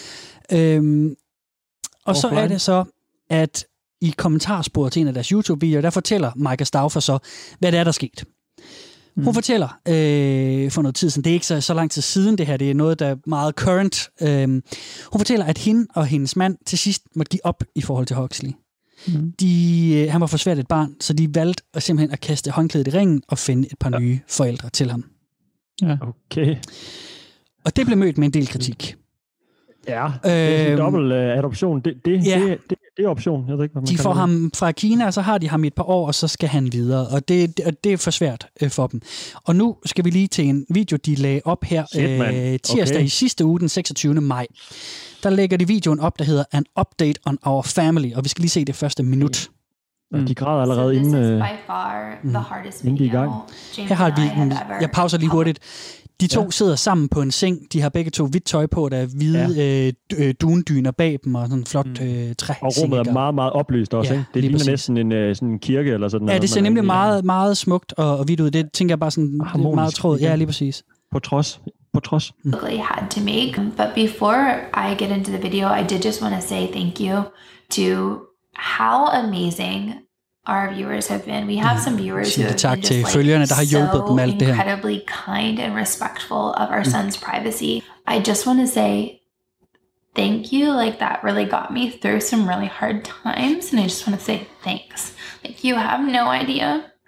Øh, og så er det så, at i kommentarsporet til en af deres YouTube-videoer, der fortæller Micah Stauffer så, hvad det er, der er sket. Hun mm. fortæller øh, for noget tid siden, det er ikke så, så lang tid siden det her, det er noget, der er meget current. Øh, hun fortæller, at hende og hendes mand til sidst måtte give op i forhold til Huxley. Mm. De, øh, han var for svært et barn, så de valgte at simpelthen at kaste håndklædet i ringen og finde et par ja. nye forældre til ham. Ja. Okay. Og det blev mødt med en del kritik. Ja, det er en dobbelt uh, adoption. Det, det, ja. det, det, det er option. Jeg ved ikke, hvad man de får ham fra Kina, og så har de ham i et par år, og så skal han videre. Og det, det, det er for svært uh, for dem. Og nu skal vi lige til en video, de lagde op her Shit, uh, tirsdag okay. i sidste uge, den seksogtyvende maj. Der lægger de videoen op, der hedder An Update on Our Family, og vi skal lige se det første minut. Mm. De græder allerede inden, uh, mm. inden de er i gang. Her har vi en, jeg pauser lige hurtigt. De to ja. sidder sammen på en seng. De har begge to hvidt tøj på, der er hvide ja. øh, dundyner bag dem, og sådan en flot mm. øh, træ. Og rummet er meget, meget oplyst også, ja, ikke? Det ligner præcis. næsten en øh, sådan en kirke eller sådan noget. Ja, det ser nemlig meget, meget smukt og, og hvidt ud. Det tænker jeg bare sådan det meget tråd. Ja, lige præcis. På trods. På trods. Mm. had to make. But before I get into the video, I did just want to say thank you to how amazing our viewers have been. We have some viewers who have been just like følgerne, der har hjulpet dem alt det her. Incredibly kind and respectful of our son's privacy. I just want to say thank you. Like that really got me through some really hard times, and I just want to say thanks. Like you have no idea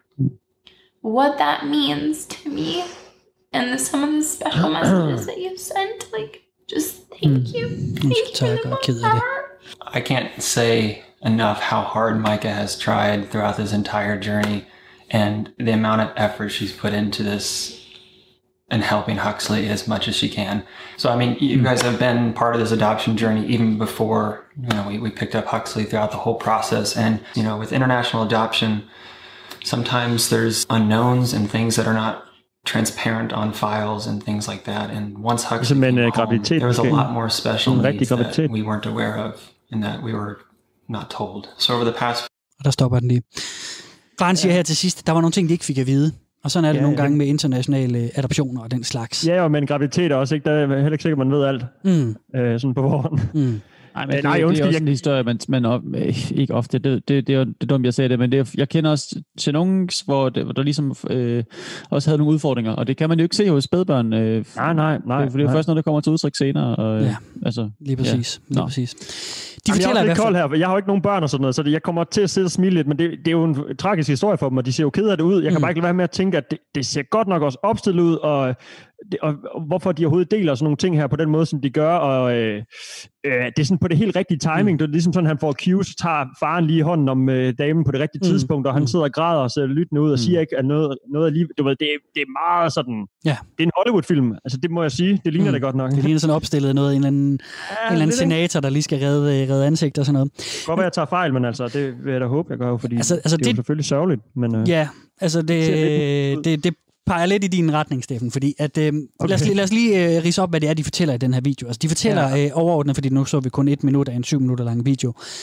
what that means to me, and the, some of the special messages that you've sent. Like just thank you. Thank you for the most. I can't say enough how hard Micah has tried throughout this entire journey, and the amount of effort she's put into this and helping Huxley as much as she can. So, I mean, you guys have been part of this adoption journey even before, you know, we, we picked up Huxley throughout the whole process. And, you know, with international adoption, sometimes there's unknowns and things that are not transparent on files and things like that. And once Huxley came home, there was a lot more special needs that we weren't aware of and that we were not told. So over the past... Og der stopper den lige. Faren siger her til sidst, der var nogle ting, de ikke fik at vide. Og sådan er det ja, nogle gange med internationale adoptioner og den slags. Ja, og med en graviditet også, ikke? Der er heller ikke sikkert, man ved alt. Mm. Øh, sådan på forhånd. Mm. Nej, men det, Nej, det er også en historie, man, man op, ikke ofte, det, det, det, er, det er dumt, jeg sagde det, men det er, jeg kender også til nogen, hvor, det, hvor der ligesom øh, også havde nogle udfordringer, og det kan man jo ikke se hos spædbørn. Øh, nej, nej, nej. For det er jo først noget, der kommer til udtryk senere. Og, ja, altså, lige præcis. Ja. Lige præcis. De Jamen, jeg er lidt kold her, jeg har jo ikke nogen børn og sådan noget, så det, jeg kommer til at sidde og smile lidt, men det, det er jo en tragisk historie for dem, og de ser jo ked af det ud. Jeg kan mm. bare ikke lade være med at tænke, at det, det ser godt nok også opstillet ud, og, det, og, og hvorfor de overhovedet deler sådan nogle ting her på den måde, som de gør, og øh, øh, det er sådan på det helt rigtige timing. Mm. Det er ligesom sådan, han får cues, så tager faren lige hånden om øh, damen på det rigtige mm. tidspunkt, og han sidder og græder og ser lyttende ud og mm. siger ikke, at noget, noget af livet, du ved, det, det er meget sådan, ja. Det er en Hollywood-film, altså det må jeg sige, det ligner mm. det godt nok. Det ligner sådan opstillet noget, en eller anden, ja, en eller anden senator, der lige skal redde, redde ansigt og sådan noget. Godt være, jeg tager fejl, men altså, det vil jeg da håbe, jeg gør, fordi altså, altså det er det, jo selvfølgelig sørgeligt. Men, øh, ja, altså det, det, det, det peger lidt i din retning, Steffen, fordi at, øh, okay. lad, os, lad os lige øh, ridse op, hvad det er, de fortæller i den her video. Altså de fortæller ja. øh, overordnet, fordi nu så vi kun et minut af en syv minutter lang video.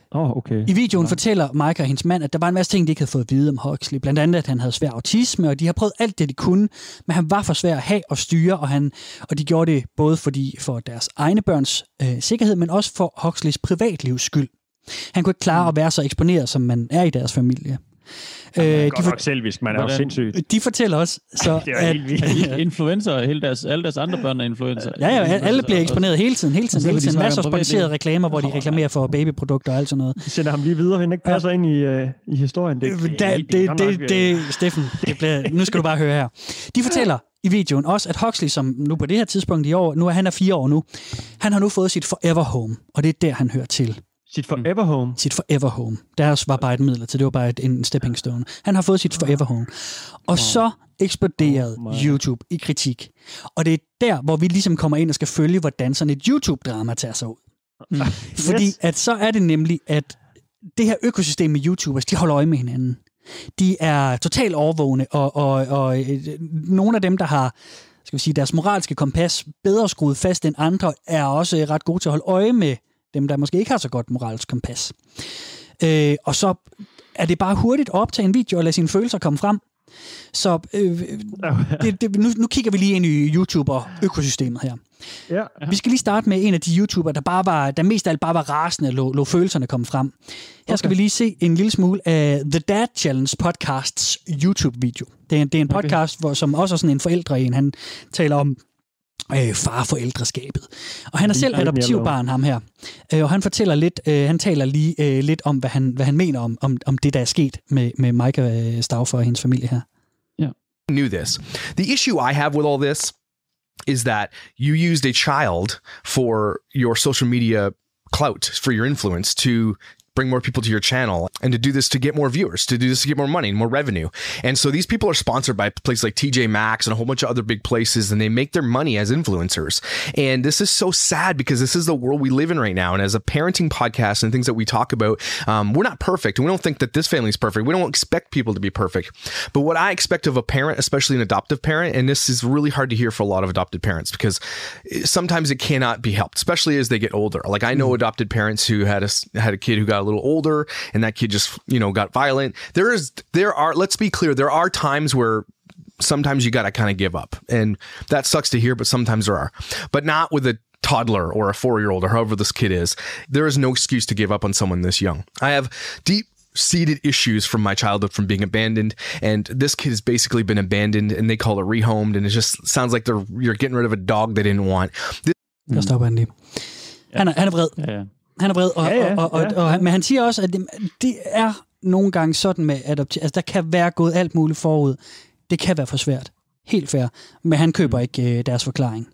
Oh, okay. I videoen ja. fortæller Micah og hendes mand, at der var en masse ting, de ikke havde fået at vide om Huxley. Blandt andet, at han havde svær autisme, og de har prøvet alt det, de kunne, men han var for svær at have og styre, og, han, og de gjorde det både fordi for deres egne børns øh, sikkerhed, men også for Huxleys privatlivs skyld. Han kunne ikke klare mm. at være så eksponeret, som man er i deres familie. Øh, de godt for... nok selvisk, man er jo sindssygt. De fortæller også, så det er helt vildt. Influencer, hele deres, alle deres andre børn er influencer. Ja, ja, alle bliver eksponeret hele tiden, hele tiden, hele tiden. Masser af sponsorerede reklamer, hvor de reklamerer for babyprodukter og alt sådan noget. De sender ham lige videre, han ikke passer ja. ind i, uh, i historien. Det, det, det, det, det, det Steffen, det bliver, nu skal du bare høre her. De fortæller i videoen også, at Huxley, som nu på det her tidspunkt i år, nu er han er fire år nu, han har nu fået sit forever home, og det er der, han hører til. Sit forever home? Sit forever home. Deres var bare et middel til, det var bare et, en stepping stone. Han har fået sit forever home. Og wow. så eksploderede oh, YouTube i kritik. Og det er der, hvor vi ligesom kommer ind og skal følge, hvordan sådan et YouTube-drama tager sig ud. Mm. Fordi yes. at så er det nemlig, at det her økosystem med YouTubers, de holder øje med hinanden. De er totalt overvågne, og, og, og nogle af dem, der har skal vi sige, deres moralske kompas bedre skruet fast end andre, er også ret gode til at holde øje med dem, der måske ikke har så godt moralsk kompas. Øh, og så er det bare hurtigt at optage en video og lade sine følelser komme frem. Så øh, det, det, nu, nu kigger vi lige ind i YouTuber-økosystemet her. Ja. Vi skal lige starte med en af de YouTubere, der bare var, der mest af alt bare var rasende, lå, lå følelserne komme frem. Her okay. skal vi lige se en lille smule af The Dad Challenge podcasts YouTube-video. Det er, det er en podcast, okay. hvor, som også er sådan en forældre en. Han taler om Øh, farforældreskabet. Og han er selv adoptivbarn, ham her. Øh, og han fortæller lidt, øh, han taler lige øh, lidt om, hvad han, hvad han mener om, om, om det, der er sket med, med Micah Stauffer og hendes familie her. Yeah. Knew this. The issue I have with all this is that you used a child for your social media clout, for your influence, to bring more people to your channel, and to do this to get more viewers, to do this to get more money and more revenue. And so these people are sponsored by places like T J Maxx and a whole bunch of other big places, and they make their money as influencers. And this is so sad because this is the world we live in right now. And as a parenting podcast and things that we talk about, um, we're not perfect. And we don't think that this family is perfect. We don't expect people to be perfect. But what I expect of a parent, especially an adoptive parent, and this is really hard to hear for a lot of adopted parents because sometimes it cannot be helped, especially as they get older. Like I know adopted parents who had a, had a kid who got a little older and that kid just, you know, got violent. There is, there are, let's be clear, there are times where sometimes you got to kind of give up, and that sucks to hear, but sometimes there are, but not with a toddler or a four-year-old or however this kid is. There is no excuse to give up on someone this young. I have deep seated issues from my childhood from being abandoned, and this kid has basically been abandoned, and they call it rehomed, and it just sounds like they're you're getting rid of a dog they didn't want. This- Der stopper han lige. Han er, han er vred. Ja, ja. Han er vred, og, ja, ja, og, og, ja. og, og, men han siger også, at det, det er nogle gange sådan med adoption. Altså, der kan være gået alt muligt forud. Det kan være for svært. Helt fair. Men han køber ikke øh, deres forklaring.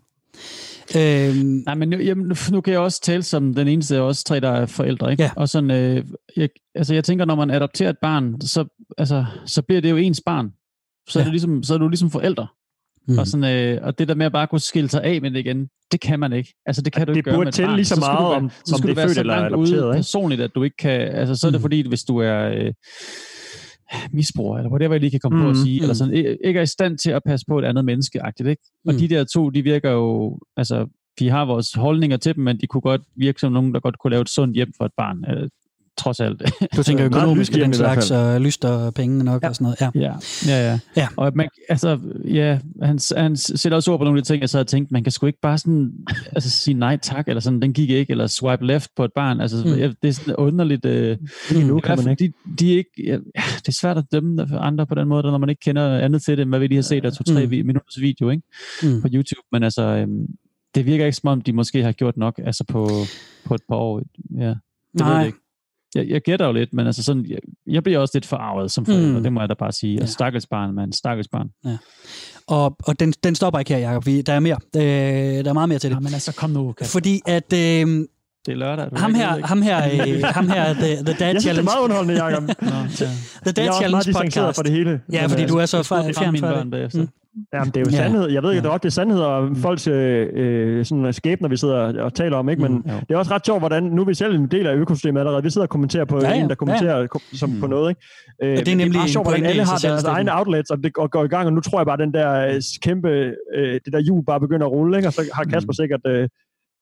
Øhm, Nej, men nu, jamen, nu kan jeg også tale som den eneste af os tre, der er forældre, ikke? Ja. Og sådan, øh, jeg, altså jeg tænker, når man adopterer et barn, så, altså, så bliver det jo ens barn. Så, ja. er, det ligesom, så er du ligesom forældre. Mm. Og, sådan, øh, og det der med at bare kunne skille sig af med det igen, det kan man ikke. Altså det kan du det ikke gøre med et barn. Det burde lige så meget om, så skulle du være så langt ude personligt, at du ikke kan, altså så er det mm. fordi, hvis du er øh, misbruger, eller whatever jeg lige kan komme mm. på at sige, mm. eller sådan, ikke er i stand til at passe på et andet menneskeagtigt, ikke? Og mm. de der to, de virker jo, altså vi har vores holdninger til dem, men de kunne godt virke som nogen, der godt kunne lave et sundt hjem for et barn. Øh, trods alt. Du tænker økonomisk den slags, og lyster penge nok ja. og sådan noget. Ja, ja, ja. ja. ja. Og man, altså, ja, han, han sætter også ord på nogle af de ting, jeg så havde tænkt, man kan sgu ikke bare sådan, altså sige nej tak, eller sådan, den gik ikke, eller swipe left på et barn. Altså, mm. ja, det er sådan underligt. Øh, mm. nu kan man ikke. De, de er ikke ja, det er svært at dømme andre på den måde, når man ikke kender andet til det, hvad vi lige har set af to-tre mm. minutters video, ikke? Mm. På YouTube. Men altså, øhm, det virker ikke som om, de måske har gjort nok, altså på, på et par år. Ja, det nej. Ved jeg ikke. Jeg, jeg gætter jo lidt, men altså sådan, jeg, jeg bliver også lidt forarvet som forælder, mm. det må jeg da bare sige. Ja. Stakkels barn, mand, stakkels barn. Ja. Og, og den, den stopper ikke her, Jacob. Vi, der er mere. Øh, der er meget mere til det. Ja, men altså, kom nu. Kasper. Fordi at... Øh, det er lørdag. Ham her, ham her, øh, ham her, The, the Dad Challenge. Jeg synes, det er meget underholdende, Jacob. Nå, ja. The Dad Challenge podcast. For det hele. Ja, fordi du er så fjern fra det. Mm. Jamen, det er jo ja. sandhed. Jeg ved ikke, ja. det er sandhed og folks øh, sådan skæbner, vi sidder og taler om, ikke? Men mm, det er også ret sjovt, hvordan nu er vi selv en del af økosystemet allerede. Vi sidder og kommenterer på ja, ja. en, der kommenterer ja, ja. som mm. på noget, ikke? Øh, det er nemlig det er sjovt, hvordan alle har deres egne outlets, og det går i gang, og nu tror jeg bare, den der kæmpe, øh, det der hjul bare begynder at rulle, ikke? Og så har Kasper mm. sikkert øh,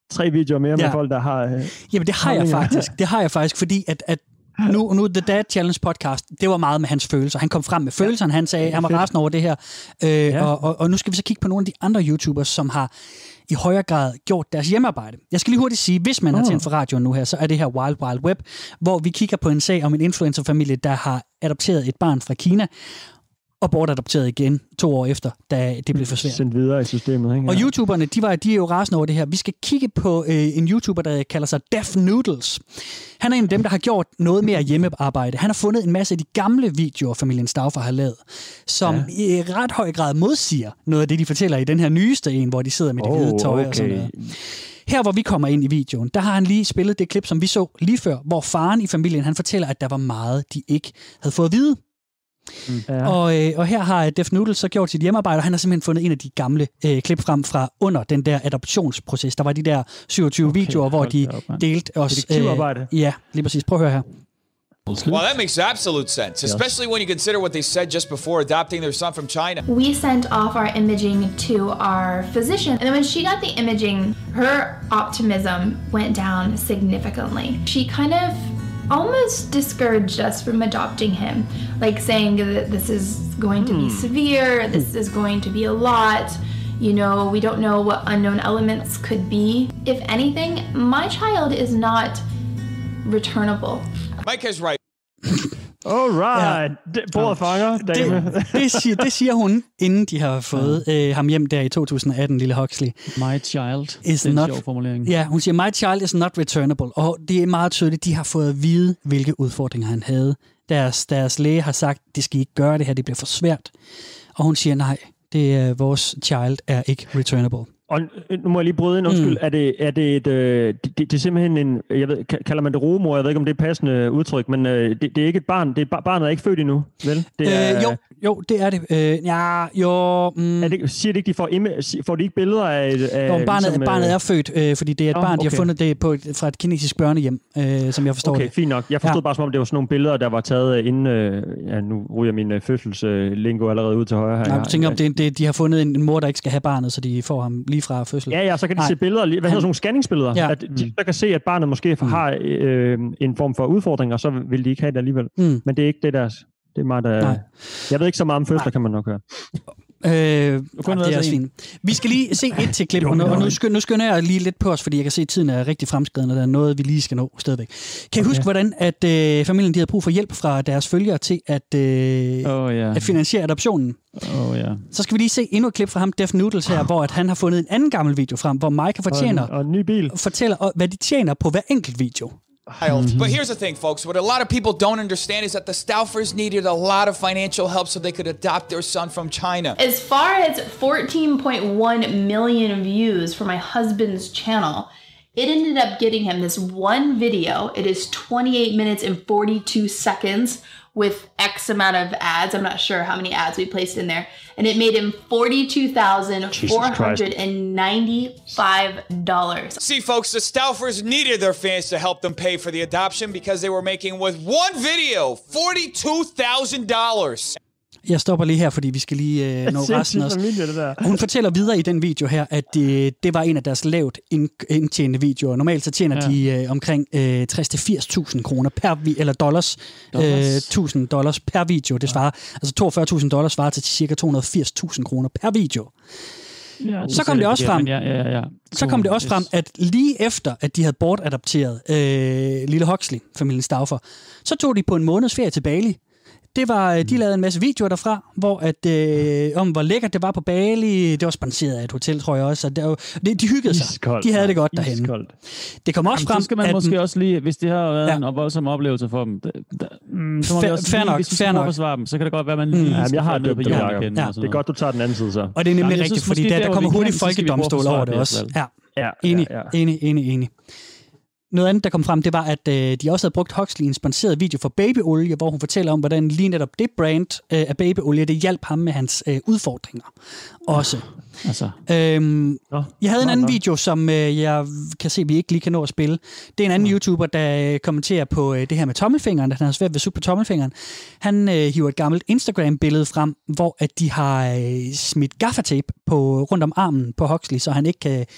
tre videoer mere ja. med folk, der har... Øh, Jamen, det har jeg faktisk. Det har jeg faktisk, fordi at, at nu, nu The Dad Challenge podcast, det var meget med hans følelser. Han kom frem med følelserne, han sagde, han var rasende over det her. Øh, ja. og, og, og nu skal vi så kigge på nogle af de andre YouTubers, som har i højere grad gjort deres hjemmearbejde. Jeg skal lige hurtigt sige, hvis man oh. har tændt for radioen nu her, så er det her Wild Wild Web, hvor vi kigger på en sag om en influencerfamilie, der har adopteret et barn fra Kina, og bortadopteret igen to år efter, da det blev for svært. Sendt videre i systemet, ikke? Og YouTuberne, de, var, de er jo rasende over det her. Vi skal kigge på øh, en YouTuber, der kalder sig Deaf Noodles. Han er en af dem, der har gjort noget mere hjemmearbejde. Han har fundet en masse af de gamle videoer, familien Stauffer har lavet, som ja. i ret høj grad modsiger noget af det, de fortæller i den her nyeste en, hvor de sidder med det hvide tøj oh, okay. og sådan noget. Her, hvor vi kommer ind i videoen, der har han lige spillet det klip, som vi så lige før, hvor faren i familien, han fortæller, at der var meget, de ikke havde fået at vide. Mm. Ja. Og, øh, og her har Deaf Noodles så gjort sit hjemmearbejde, og han har simpelthen fundet en af de gamle øh, klip frem fra under den der adoptionsproces. Der var de der syvogtyve okay, videoer, hvor de delte os... Øh, ja, lige præcis. Prøv at høre her. Well, that makes absolute sense, especially when you consider what they said just before adopting their son from China. We sent off our imaging to our physician, and then when she got the imaging, her optimism went down significantly. She kind of almost discouraged us from adopting him, like saying that this is going to be severe, this is going to be a lot, you know, we don't know what unknown elements could be. If anything, my child is not returnable. Mike is right. All right. Ja. Bordet fanger, dame. Det, det, siger, det siger hun, inden de har fået øh, ham hjem der i to tusind atten, lille Huxley. My child. Is det er not, en sjov formulering. Ja, hun siger, my child is not returnable. Og det er meget tydeligt, de har fået at vide, hvilke udfordringer han havde. Deres, deres læge har sagt, de skal ikke gøre det her, det bliver for svært. Og hun siger, nej, det er, vores child er ikke returnable. Og nu må jeg lige bryde ind, undskyld. Mm. Er det, er det et, øh, det, det er simpelthen en, jeg ved, kalder man det rugemor, jeg ved ikke, om det er passende udtryk, men øh, det, det er ikke et barn, det er, barnet er ikke født endnu, vel? Det er, øh, jo, jo, det er det. Øh, ja, jo... Mm. Er det, siger det ikke, de får, får de ikke billeder af... af jo, barnet, ligesom, barnet er født, øh, fordi det er et oh, barn, de okay. har fundet det på et, fra et kinesisk børnehjem, øh, som jeg forstår okay, det. Okay, fint nok. Jeg forstod ja. bare, som om det var sådan nogle billeder, der var taget inden... Øh, ja, nu ryger min øh, fødselslingo allerede ud til højre her. Nej, du tænker om, det, det, de har fundet en mor, der ikke skal have barnet, så de får ham lige fra fødsel. Ja, ja, så kan de Nej. se billeder, hvad hedder sådan nogle scanningsbilleder, ja. at de så kan se, at barnet måske mm. har øh, en form for udfordring, og så vil de ikke have det alligevel. Mm. Men det er ikke det deres. Det er mig, der... Nej. Jeg ved ikke så meget om fødsler, Nej. kan man nok høre. Øh, det er også fint. Vi skal lige se et til klip, og nu, og nu, skynder, nu skynder jeg lige lidt på os, fordi jeg kan se, at tiden er rigtig fremskreden, og der er noget, vi lige skal nå stadigvæk. Kan I okay. huske, hvordan at, øh, familien de havde brug for hjælp fra deres følgere til at, øh, oh, yeah. at finansiere adoptionen? Oh, yeah. Så skal vi lige se endnu et klip fra ham, Deaf Noodles her, hvor at han har fundet en anden gammel video frem, hvor Mike fortjener, og en, og en ny bil. fortæller, hvad de tjener på hver enkelt video. Mm-hmm. But here's the thing, folks. What a lot of people don't understand is that the Stauffers needed a lot of financial help so they could adopt their son from China. As far as fourteen point one million views for my husband's channel, it ended up getting him this one video. It is twenty-eight minutes and forty-two seconds with X amount of ads. I'm not sure how many ads we placed in there. And it made him forty-two thousand four hundred ninety-five dollars. See, folks, the Stauffers needed their fans to help them pay for the adoption because they were making, with one video, forty-two thousand dollars. Jeg stopper lige her, fordi vi skal lige øh, nå resten også. Hun fortæller videre i den video her, at det, det var en af deres lavt indtjenende videoer. Normalt så tjener ja. de øh, omkring øh, tres til firs tusind kroner per vi eller dollars, dollars. Øh, tusind dollars per video. Det svarer ja. altså toogfyrre tusind dollars svarer til cirka to hundrede og firs tusind kroner per video. Ja, så kom det også frem. Ja, ja, ja. Så kom det også frem, at lige efter at de havde bortadopteret øh, lille Huxley, familien Stauffer, så tog de på en måneds ferie til Bali. Det var, de lavede en masse videoer derfra, hvor at, øh, om hvor lækkert det var på Bali. Det var sponsoreret af et hotel, tror jeg også. Det var, det, de hyggede sig. Iskoldt, de havde det godt derhen. Iskoldt. Det kom også Jamen, frem, så skal man at, måske også lige, hvis det har været ja. en voldsom oplevelse for dem, da, da, mm, så må vi også fair lige, nok, hvis vi skal forsvare dem, så kan det godt være, at man lige mm. Jamen, jeg har det på Jacob. Ja. Det er godt, du tager den anden side så. Og det er nemlig Jamen, rigtigt, fordi der, der kommer hurtigt folkedomstol over det også. Ja, enig, enig, enig, enig. Noget andet, der kom frem, det var, at øh, de også havde brugt Huxley i en sponsoreret video for babyolie, hvor hun fortæller om, hvordan lige netop det brand øh, af babyolie, det hjalp ham med hans øh, udfordringer også. Altså. Øhm, Nå, jeg havde en anden nå. video, som øh, jeg kan se, vi ikke lige kan nå at spille. Det er en anden ja. YouTuber, der kommenterer på øh, det her med tommelfingeren, at han har svært ved at sutte på tommelfingeren. Han øh, hiver et gammelt Instagram-billede frem, hvor at de har øh, smidt gaffatape på, rundt om armen på Huxley, så han ikke kan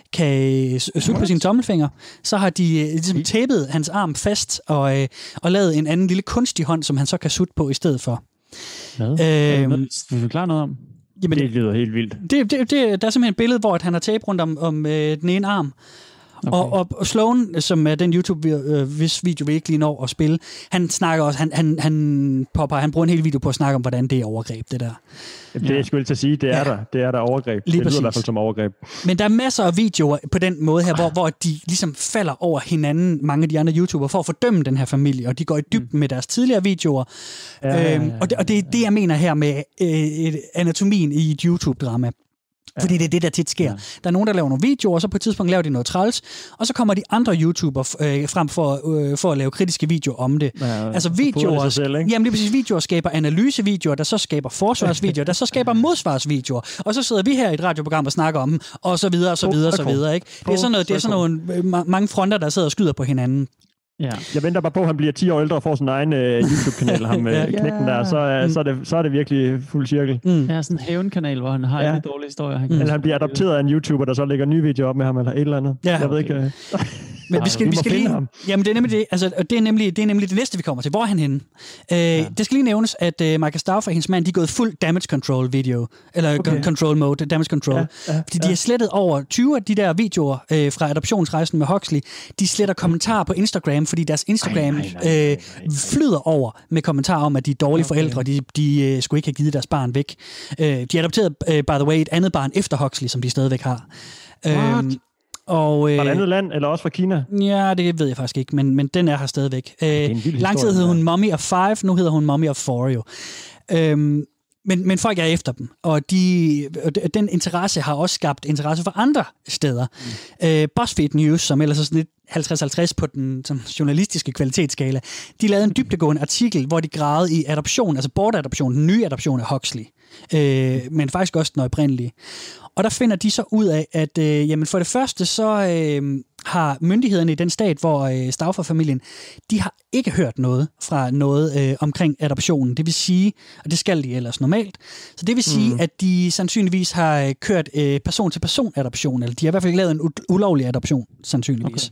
kan sutte på sine tommelfinger. Så har de øh, ligesom tapet hans arm fast og, øh, og lavet en anden lille kunstig hånd, som han så kan sutte på i stedet for. Hvad? Øhm, Vil du forklare noget om? Jamen, det lyder helt vildt. Det, det, det, der er simpelthen et billede, hvor han har tape rundt om, om øh, den ene arm. Okay. Og, og, og Sloan, som er den YouTube, øh, hvis video vi ikke lige når at spille, han snakker også, han, han, han, popper, han bruger en hel video på at snakke om, hvordan det er overgreb, det der. Det jeg skulle til at sige, det er ja. der. Det er der overgreb. Lige det præcis. lyder i hvert fald som overgreb. Men der er masser af videoer på den måde her, hvor, hvor de ligesom falder over hinanden, mange af de andre YouTubere, for at fordømme den her familie, og de går i dybden mm. med deres tidligere videoer. Ja, øhm, ja, ja, ja, og, det, og det er det, jeg mener her med øh, anatomien i et YouTube-drama. Fordi det er det, der tit sker. Ja. Der er nogen, der laver nogle videoer, og så på et tidspunkt laver de noget træls, og så kommer de andre YouTubere øh, frem for, øh, for at lave kritiske videoer om det. Ja, altså videoer, selv, jamen lige præcis, videoer skaber analysevideoer, der så skaber forsvarsvideoer, der så skaber modsvarsvideoer, og så sidder vi her i et radioprogram og snakker om dem, og så videre, og så videre, og så videre. Ikke? Det er sådan noget, det er sådan nogle mange fronter, der sidder og skyder på hinanden. Ja. Jeg venter bare på, at han bliver ti år ældre og får sin egen uh, YouTube-kanal, ham uh, knækken der, så, uh, så, er det, så er det virkelig fuld cirkel. Mm. Ja, sådan en hævnkanal, hvor han har ja. en dårlig historie. Han mm. Eller han bliver adopteret af en YouTuber, der så lægger nye videoer op med ham, eller et eller andet. Ja. Jeg ved okay. ikke... Uh... Men vi skal, vi skal lige... Jamen, det er nemlig det, altså, det, er nemlig, det er nemlig det næste, vi kommer til. Hvor er han henne? Øh, ja. Det skal lige nævnes, at uh, Michael Stauffer og hendes mand, de er gået fuld damage control video, eller okay. control mode, damage control. Ja, ja, fordi ja. de har slettet over tyve af de der videoer øh, fra adoptionsrejsen med Huxley. De sletter kommentarer på Instagram, fordi deres Instagram ej, nej, nej, nej, nej, nej. Øh, flyder over med kommentarer om, at de er dårlige okay. forældre, og de, de øh, skulle ikke have givet deres barn væk. Øh, de adopterede, øh, by the way, et andet barn efter Huxley, som de stadigvæk har. What? Øh, Og, øh, fra et andet land, eller også fra Kina? Ja, det ved jeg faktisk ikke, men, men den er her stadigvæk. Øh, lang tid hed hun Mommy of Five, nu hedder hun Mommy of Four jo. Øhm, men, men folk er efter dem, og de, den interesse har også skabt interesse for andre steder. Mm. Øh, BuzzFeed News, som ellers er sådan lidt halvtreds halvtreds på den som journalistiske kvalitetsskala, de lavede en dybdegående artikel, hvor de gravede i adoption, altså bortadoption, den nye adoption af Huxley, øh, men faktisk også den oprindelige. Og der finder de så ud af, at øh, jamen for det første, så øh, har myndighederne i den stat, hvor øh, Stauffer-familien, de har ikke hørt noget fra noget øh, omkring adoptionen. Det vil sige, og det skal de ellers normalt, så det vil sige, mm. at de sandsynligvis har kørt øh, person-til-person adoption, eller de har i hvert fald lavet en u- ulovlig adoption, sandsynligvis.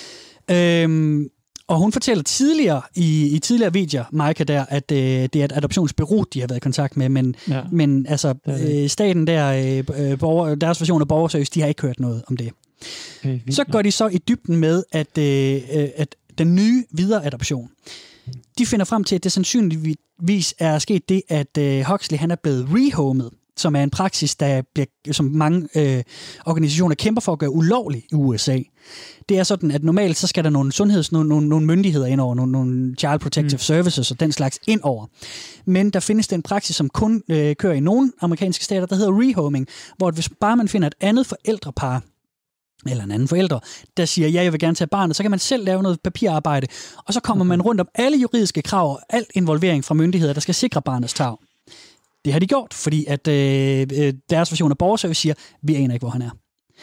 Okay. Øhm, Og hun fortæller tidligere i, i tidligere videoer, Maika der, at øh, det er et adoptionsbureau, de har været i kontakt med, men, ja. men altså øh, staten der, øh, borger, deres version af borgerservice, de har ikke hørt noget om det. Okay, så går de så i dybden med, at, øh, at den nye videre adoption, de finder frem til, at det sandsynligvis er sket det, at øh, Huxley han er blevet rehomet, som er en praksis, der bliver, som mange øh, organisationer kæmper for at gøre ulovlig i U S A. Det er sådan, at normalt så skal der nogle sundheds, nogle, nogle, nogle myndigheder ind over, nogle, nogle child protective mm. services og den slags ind over. Men der findes den praksis, som kun øh, kører i nogle amerikanske stater, der hedder rehoming, hvor hvis bare man finder et andet forældrepar, eller en anden forælder, der siger, ja, jeg vil gerne tage barnet, så kan man selv lave noget papirarbejde, og så kommer okay. man rundt om alle juridiske krav og al involvering fra myndigheder, der skal sikre barnets tarv. Det har de gjort, fordi at øh, deres version af borgerservice siger, vi aner ikke, hvor han er.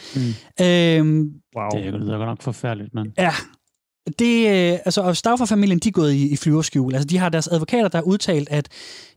Mm. Øhm, wow. Det er godt nok forfærdeligt, mand. Ja. Det, øh, altså, og Stauffer-familien, de er gået i, i flyverskjul. Altså, de har deres advokater, der har udtalt, at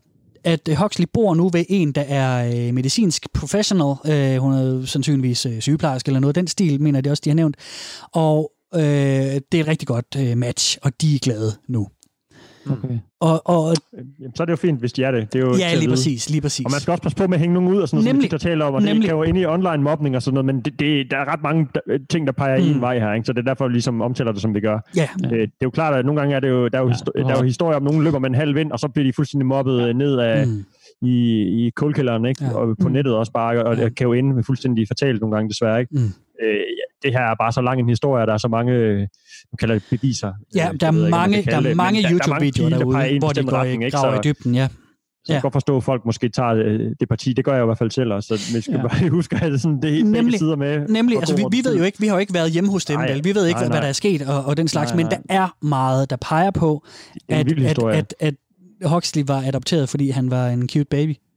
at Huxley bor nu ved en, der er øh, medicinsk professional. Øh, hun er sandsynligvis øh, sygeplejerske eller noget. Den stil, mener de også, de har nævnt. Og øh, det er et rigtig godt øh, match, og de er glade nu. Okay. Og, og, Jamen, så er det jo fint, hvis de er det. det er jo ja, lige præcis, lige præcis. Og man skal også passe på med at hænge nogen ud, og sådan noget, nemlig, som vi taler om, og nemlig, det kan jo ind i online mobning og sådan noget, men det, det, der er ret mange ting, der peger mm. i en vej her, ikke? Så det er derfor, vi ligesom omtaler det, som vi gør. Ja. Det, det er jo klart, at nogle gange er det jo, der er jo, ja, histori- der er jo historier om, nogen løber med en halv vind, og så bliver de fuldstændig mobbet ja. ned af mm. i, i kulkælderen, ikke? Ja. Og på mm. nettet også bare, og det ja. kan jo ende med fuldstændig fatalt nogle gange, desværre, ikke? Mm. Øh, det her er bare så lang en historie, der er så mange, nu kalder det beviser. Ja, der er mange, ikke, der er mange YouTube-videoer derude, hvor de går i, graver i dybden, ja. Så jeg kan godt forstå, at folk måske tager det parti. Det gør jeg i hvert fald selv også. Så vi skal ja. bare huske, at det sådan, det er nemlig, sider med. Nemlig, altså vi, vi ved jo ikke, vi har jo ikke været hjemme hos dem, nej, vel? Vi ved ikke, nej, nej. hvad der er sket og, og den slags, nej, nej. men der er meget, der peger på, at, at, at, at Huxley var adopteret, fordi han var en cute baby.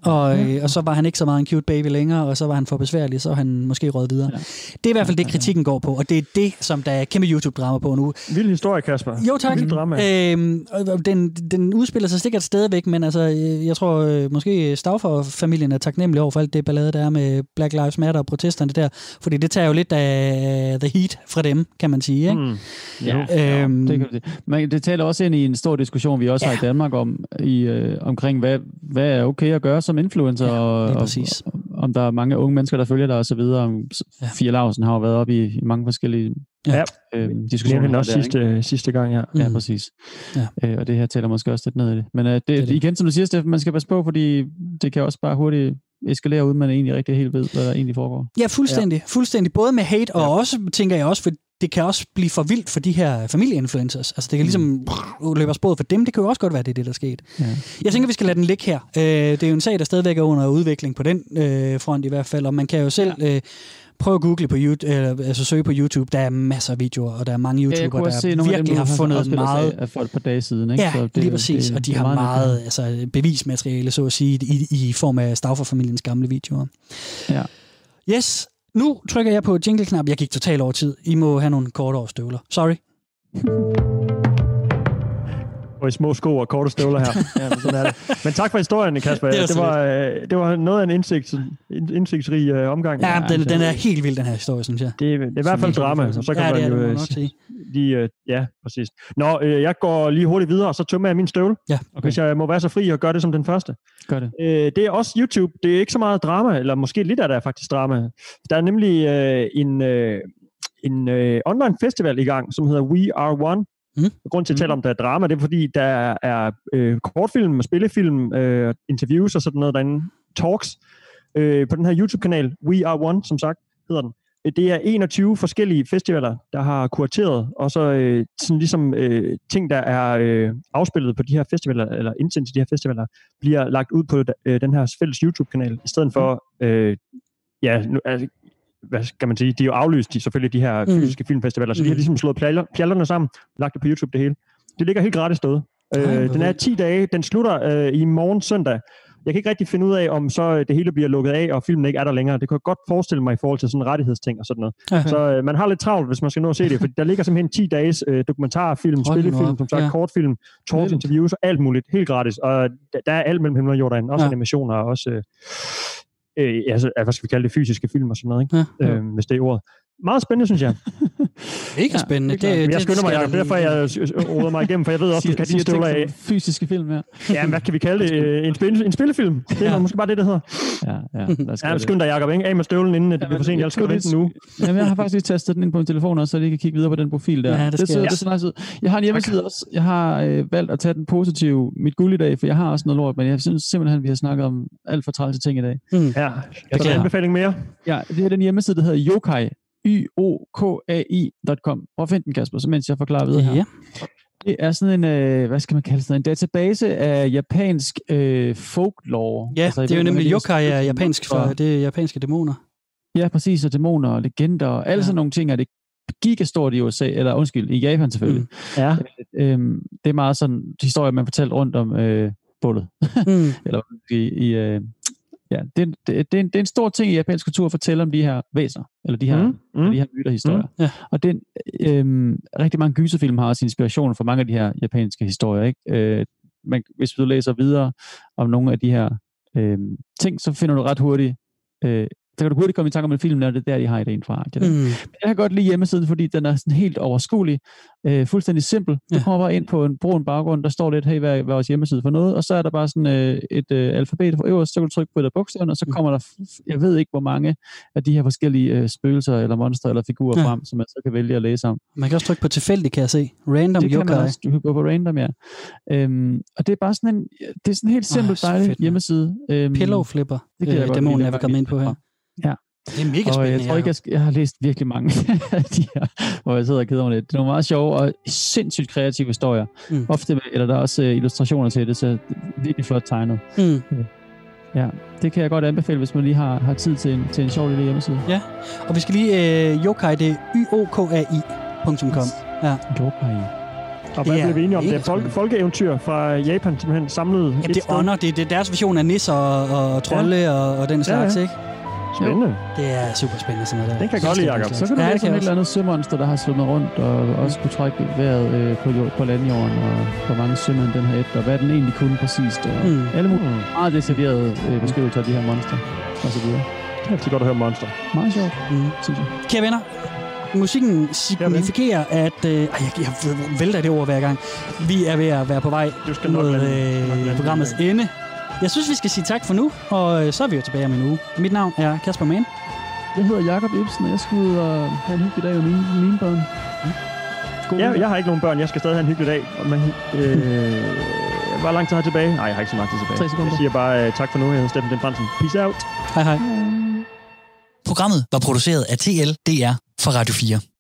Og, øh, og så var han ikke så meget en cute baby længere, og så var han for besværlig, så han måske røget videre. Ja. Det er i hvert fald det, kritikken går på, og det er det, som der er kæmpe YouTube-drama på nu. Vild historie, Kasper. Jo, tak. Vild drama. Øhm, den, den udspiller sig sikkert stadigvæk, men altså, jeg tror måske Stauffer-familien er taknemmelig over for alt det ballade, der er med Black Lives Matter og protesterne der, fordi det tager jo lidt af the heat fra dem, kan man sige. Ikke? Mm. Ja, øhm, ja, det, kan det. Men det taler også ind i en stor diskussion, vi også ja. har i Danmark om, i, øh, omkring, hvad, hvad er okay at gøre som influencer, ja, og, og, og om der er mange unge mennesker, der følger dig og så videre. Ja. Fie Lausen har jo været oppe i, i mange forskellige ja. øh, diskussioner. Det er også sidste, sidste gang, ja. Mm. Ja, præcis. Ja. Øh, og det her tæller måske også lidt ned i det. Men øh, det, det, det. igen, som du siger, Steffen, man skal passe på, fordi det kan også bare hurtigt eskalere, uden man egentlig rigtig helt ved, hvad der egentlig foregår. Ja, fuldstændig. Ja. Fuldstændig. Både med hate, og ja. også, tænker jeg også, for det kan også blive for vildt for de her familieinfluencers. Altså, det kan ligesom mm. løbe af sporet for dem. Det kan jo også godt være, det er det, der er sket. Ja. Jeg tænker, vi skal lade den ligge her. Øh, det er jo en sag, der stadigvæk er under udvikling på den øh, front i hvert fald, og man kan jo selv ja. øh, prøve at google på YouTube, øh, altså søge på YouTube. Der er masser af videoer, og der er mange YouTubere, der virkelig dem, har fundet meget af for et par dage siden. Ikke? Ja, så det, lige præcis. Det, og de har meget, meget altså, bevismateriale, så at sige, i, i form af Stauffer-familiens gamle videoer. Ja. Yes. Nu trykker jeg på jingle-knap. Jeg gik totalt over tid. I må have nogle korte over støvler. Sorry. Og i små sko og korte støvler her. Ja, men, sådan er det. Men tak for historien, Kasper. Det, det, var, det var noget af en indsigt, indsigtsrig uh, omgang. Ja, den, den er helt vild, den her historie, synes jeg. Det, det er i hvert fald drama. Så kan ja, man jo lige... Uh, ja, præcis. Nå, øh, jeg går lige hurtigt videre, og så tømmer jeg min støvle. Ja, okay. Hvis jeg må være så fri og gøre det som den første. Gør det. Øh, det er også YouTube. Det er ikke så meget drama, eller måske lidt af det er faktisk drama. Der er nemlig øh, en, øh, en øh, online festival i gang, som hedder We Are One. Mm. Grunden til at tale om, der er drama, det er fordi, der er øh, kortfilm, spillefilm, øh, interviews og sådan noget derinde, talks, øh, på den her YouTube-kanal, We Are One, som sagt, hedder den. Det er enogtyve forskellige festivaler, der har kurateret, og så øh, sådan ligesom øh, ting, der er øh, afspillet på de her festivaler, eller indsendt til de her festivaler, bliver lagt ud på øh, den her fælles YouTube-kanal, i stedet for, øh, ja, nu, altså, hvad skal man sige, de er jo aflyst, de, selvfølgelig de her fysiske mm. filmfestivaler, så de har ligesom slået pjallerne sammen, lagt det på YouTube det hele. Det ligger helt gratis derude. Øh, den er ti dage, den slutter øh, i morgen søndag. Jeg kan ikke rigtig finde ud af, om så det hele bliver lukket af, og filmen ikke er der længere. Det kan jeg godt forestille mig i forhold til sådan rettighedsting og sådan noget. Okay. Så øh, man har lidt travlt, hvis man skal nå at se det, for der ligger simpelthen ti dages øh, dokumentarfilm, spillefilm, som sagt, ja. kortfilm, talks, interviews og alt muligt, helt gratis. Og der er alt mellem himmel og jord derinde, også ja. animationer og også... Øh, Øh, altså, hvad skal vi kalde det, fysiske film og sådan noget, ikke? Ja, ja. Øh, hvis det er ordet. Meget spændende, synes jeg. Ikke spændende. Ja, det, det, jeg skynder mig, Jacob, derfor jeg råder mig igennem, for jeg ved også, du kan de støvler af. Fysiske film, ja. Ja, hvad kan vi kalde det? En, spil, en spillefilm. Det er ja. måske bare det, det hedder. Ja, ja. Ja, skynd dig, Jacob, ikke? Af med støvlen, inden det bliver for sent. Jeg skal vente nu. Jamen, jeg har faktisk lige tastet den ind på min telefon også, så jeg kan kigge videre på den profil der. Ja, det, det, så, det er så nice. Jeg har en hjemmeside også. Jeg har øh, valgt at tage den positive mit guld i dag, for jeg har også noget lort, men jeg synes simpelthen, at vi har snakket om alt for trælse ting i dag. Mm. Ja, jeg kan anbefaling mere. Ja, det er den hjemmeside, der hedder Yokai. Y O K A I punktum com. Prøv at finde den, Kasper, så mens jeg forklarer videre her. Ja. Det er sådan en, øh, hvad skal man kalde det, en database af japansk øh, folklore. Ja, altså, det er jo nemlig yokai er japansk for, det er japanske dæmoner. Ja, præcis, og dæmoner og legender og alle ja. sådan nogle ting, er det gigastort i U S A, eller undskyld, i Japan selvfølgelig. Mm. Ja. Øhm, det er meget sådan historier, man fortæller rundt om øh, bålet. Mm. eller i, i øh, ja, det, det, det, er en, det er en stor ting i japansk kultur at fortælle om de her væsener, eller de her, mm. de her myterhistorier. Mm. Ja. Og det, øhm, rigtig mange gyserfilm har også inspiration for mange af de her japanske historier. Ikke? Øh, man, hvis du læser videre om nogle af de her øh, ting, så finder du ret hurtigt, øh, så kan du hurtigt komme i tanke om en film, når det er der, de har idéen fra. Mm. Men jeg kan godt lide hjemmesiden, fordi den er sådan helt overskuelig, øh, fuldstændig simpel. Du ja. kommer bare ind på en brun baggrund, der står lidt, hey, hvad er vores hjemmeside for noget? Og så er der bare sådan øh, et øh, alfabet for øverst, så kan du trykke på et af bogstaverne, og så kommer der, jeg ved ikke, hvor mange af de her forskellige øh, spøgelser, eller monstre, eller figurer ja. frem, som man så kan vælge at læse om. Man kan også trykke på tilfældig, kan jeg se. Random yokai. Det kan man også. Du kan gå på random, ja. Øhm, og det er bare sådan en, det er sådan en helt simpel, oh, dejlig hjemmeside. Øhm, Pillow flipper. Det kan øh, jeg dæmonen, jeg vil komme ind på her. Ja. Det er mega spændende. Og jeg tror ikke, jeg, skal, jeg har læst virkelig mange af de her, hvor jeg sidder og keder mig lidt. Det er nogle meget sjove og sindssygt kreative historier. Mm. Ofte, eller der er også uh, illustrationer til det, så det er virkelig flot tegnet. Mm. Ja, det kan jeg godt anbefale, hvis man lige har, har tid til en, til en sjov lille hjemmeside. Ja, og vi skal lige uh, yokai, det er y o k a i punktum com. Ja. Yokai. Og hvad blev vi enige om? Det er folk, folkeeventyr fra Japan, simpelthen samlet. Jamen, det er ånder, det, det er deres version af nisser og, og trolde ja. og, og den slags, ja, ja. ikke? Spændende. Det er super spændende sådan noget der. Den kan jeg godt lide, Jacob. Så kan du ja, læse om et eller andet sømonster, der har svømmet rundt og også kunne trække vejret øh, på, jord, på landjorden, og hvor mange sømænd den her et, og hvad den egentlig kunne præcist. Og mm. alle mulige mm. meget detaljerede øh, beskrivelser af de her monster og så videre. Det er altid godt at høre monster. Meget sjovt, mm. synes jeg. Kære venner, musikken signifikerer, at... Øh, jeg, jeg vælter det ord hver gang. Vi er ved at være på vej mod øh, programmets ende. Jeg synes, vi skal sige tak for nu, og så er vi jo tilbage om en uge. Mit navn er Kasper Mann. Jeg hedder Jakob Ibsen, og jeg skal ud og have en hyggelig dag med mine, mine børn. Mm. Ja, jeg har ikke nogen børn. Jeg skal stadig have en hyggelig dag. Men, øh, hvor lang tid har jeg tilbage? Nej, jeg har ikke så meget tid tilbage. tre sekunder. Jeg siger bare uh, tak for nu. Jeg hedder Steffen Den Fransen. Peace out. Hej hej. Programmet var produceret af T L D R for Radio fire.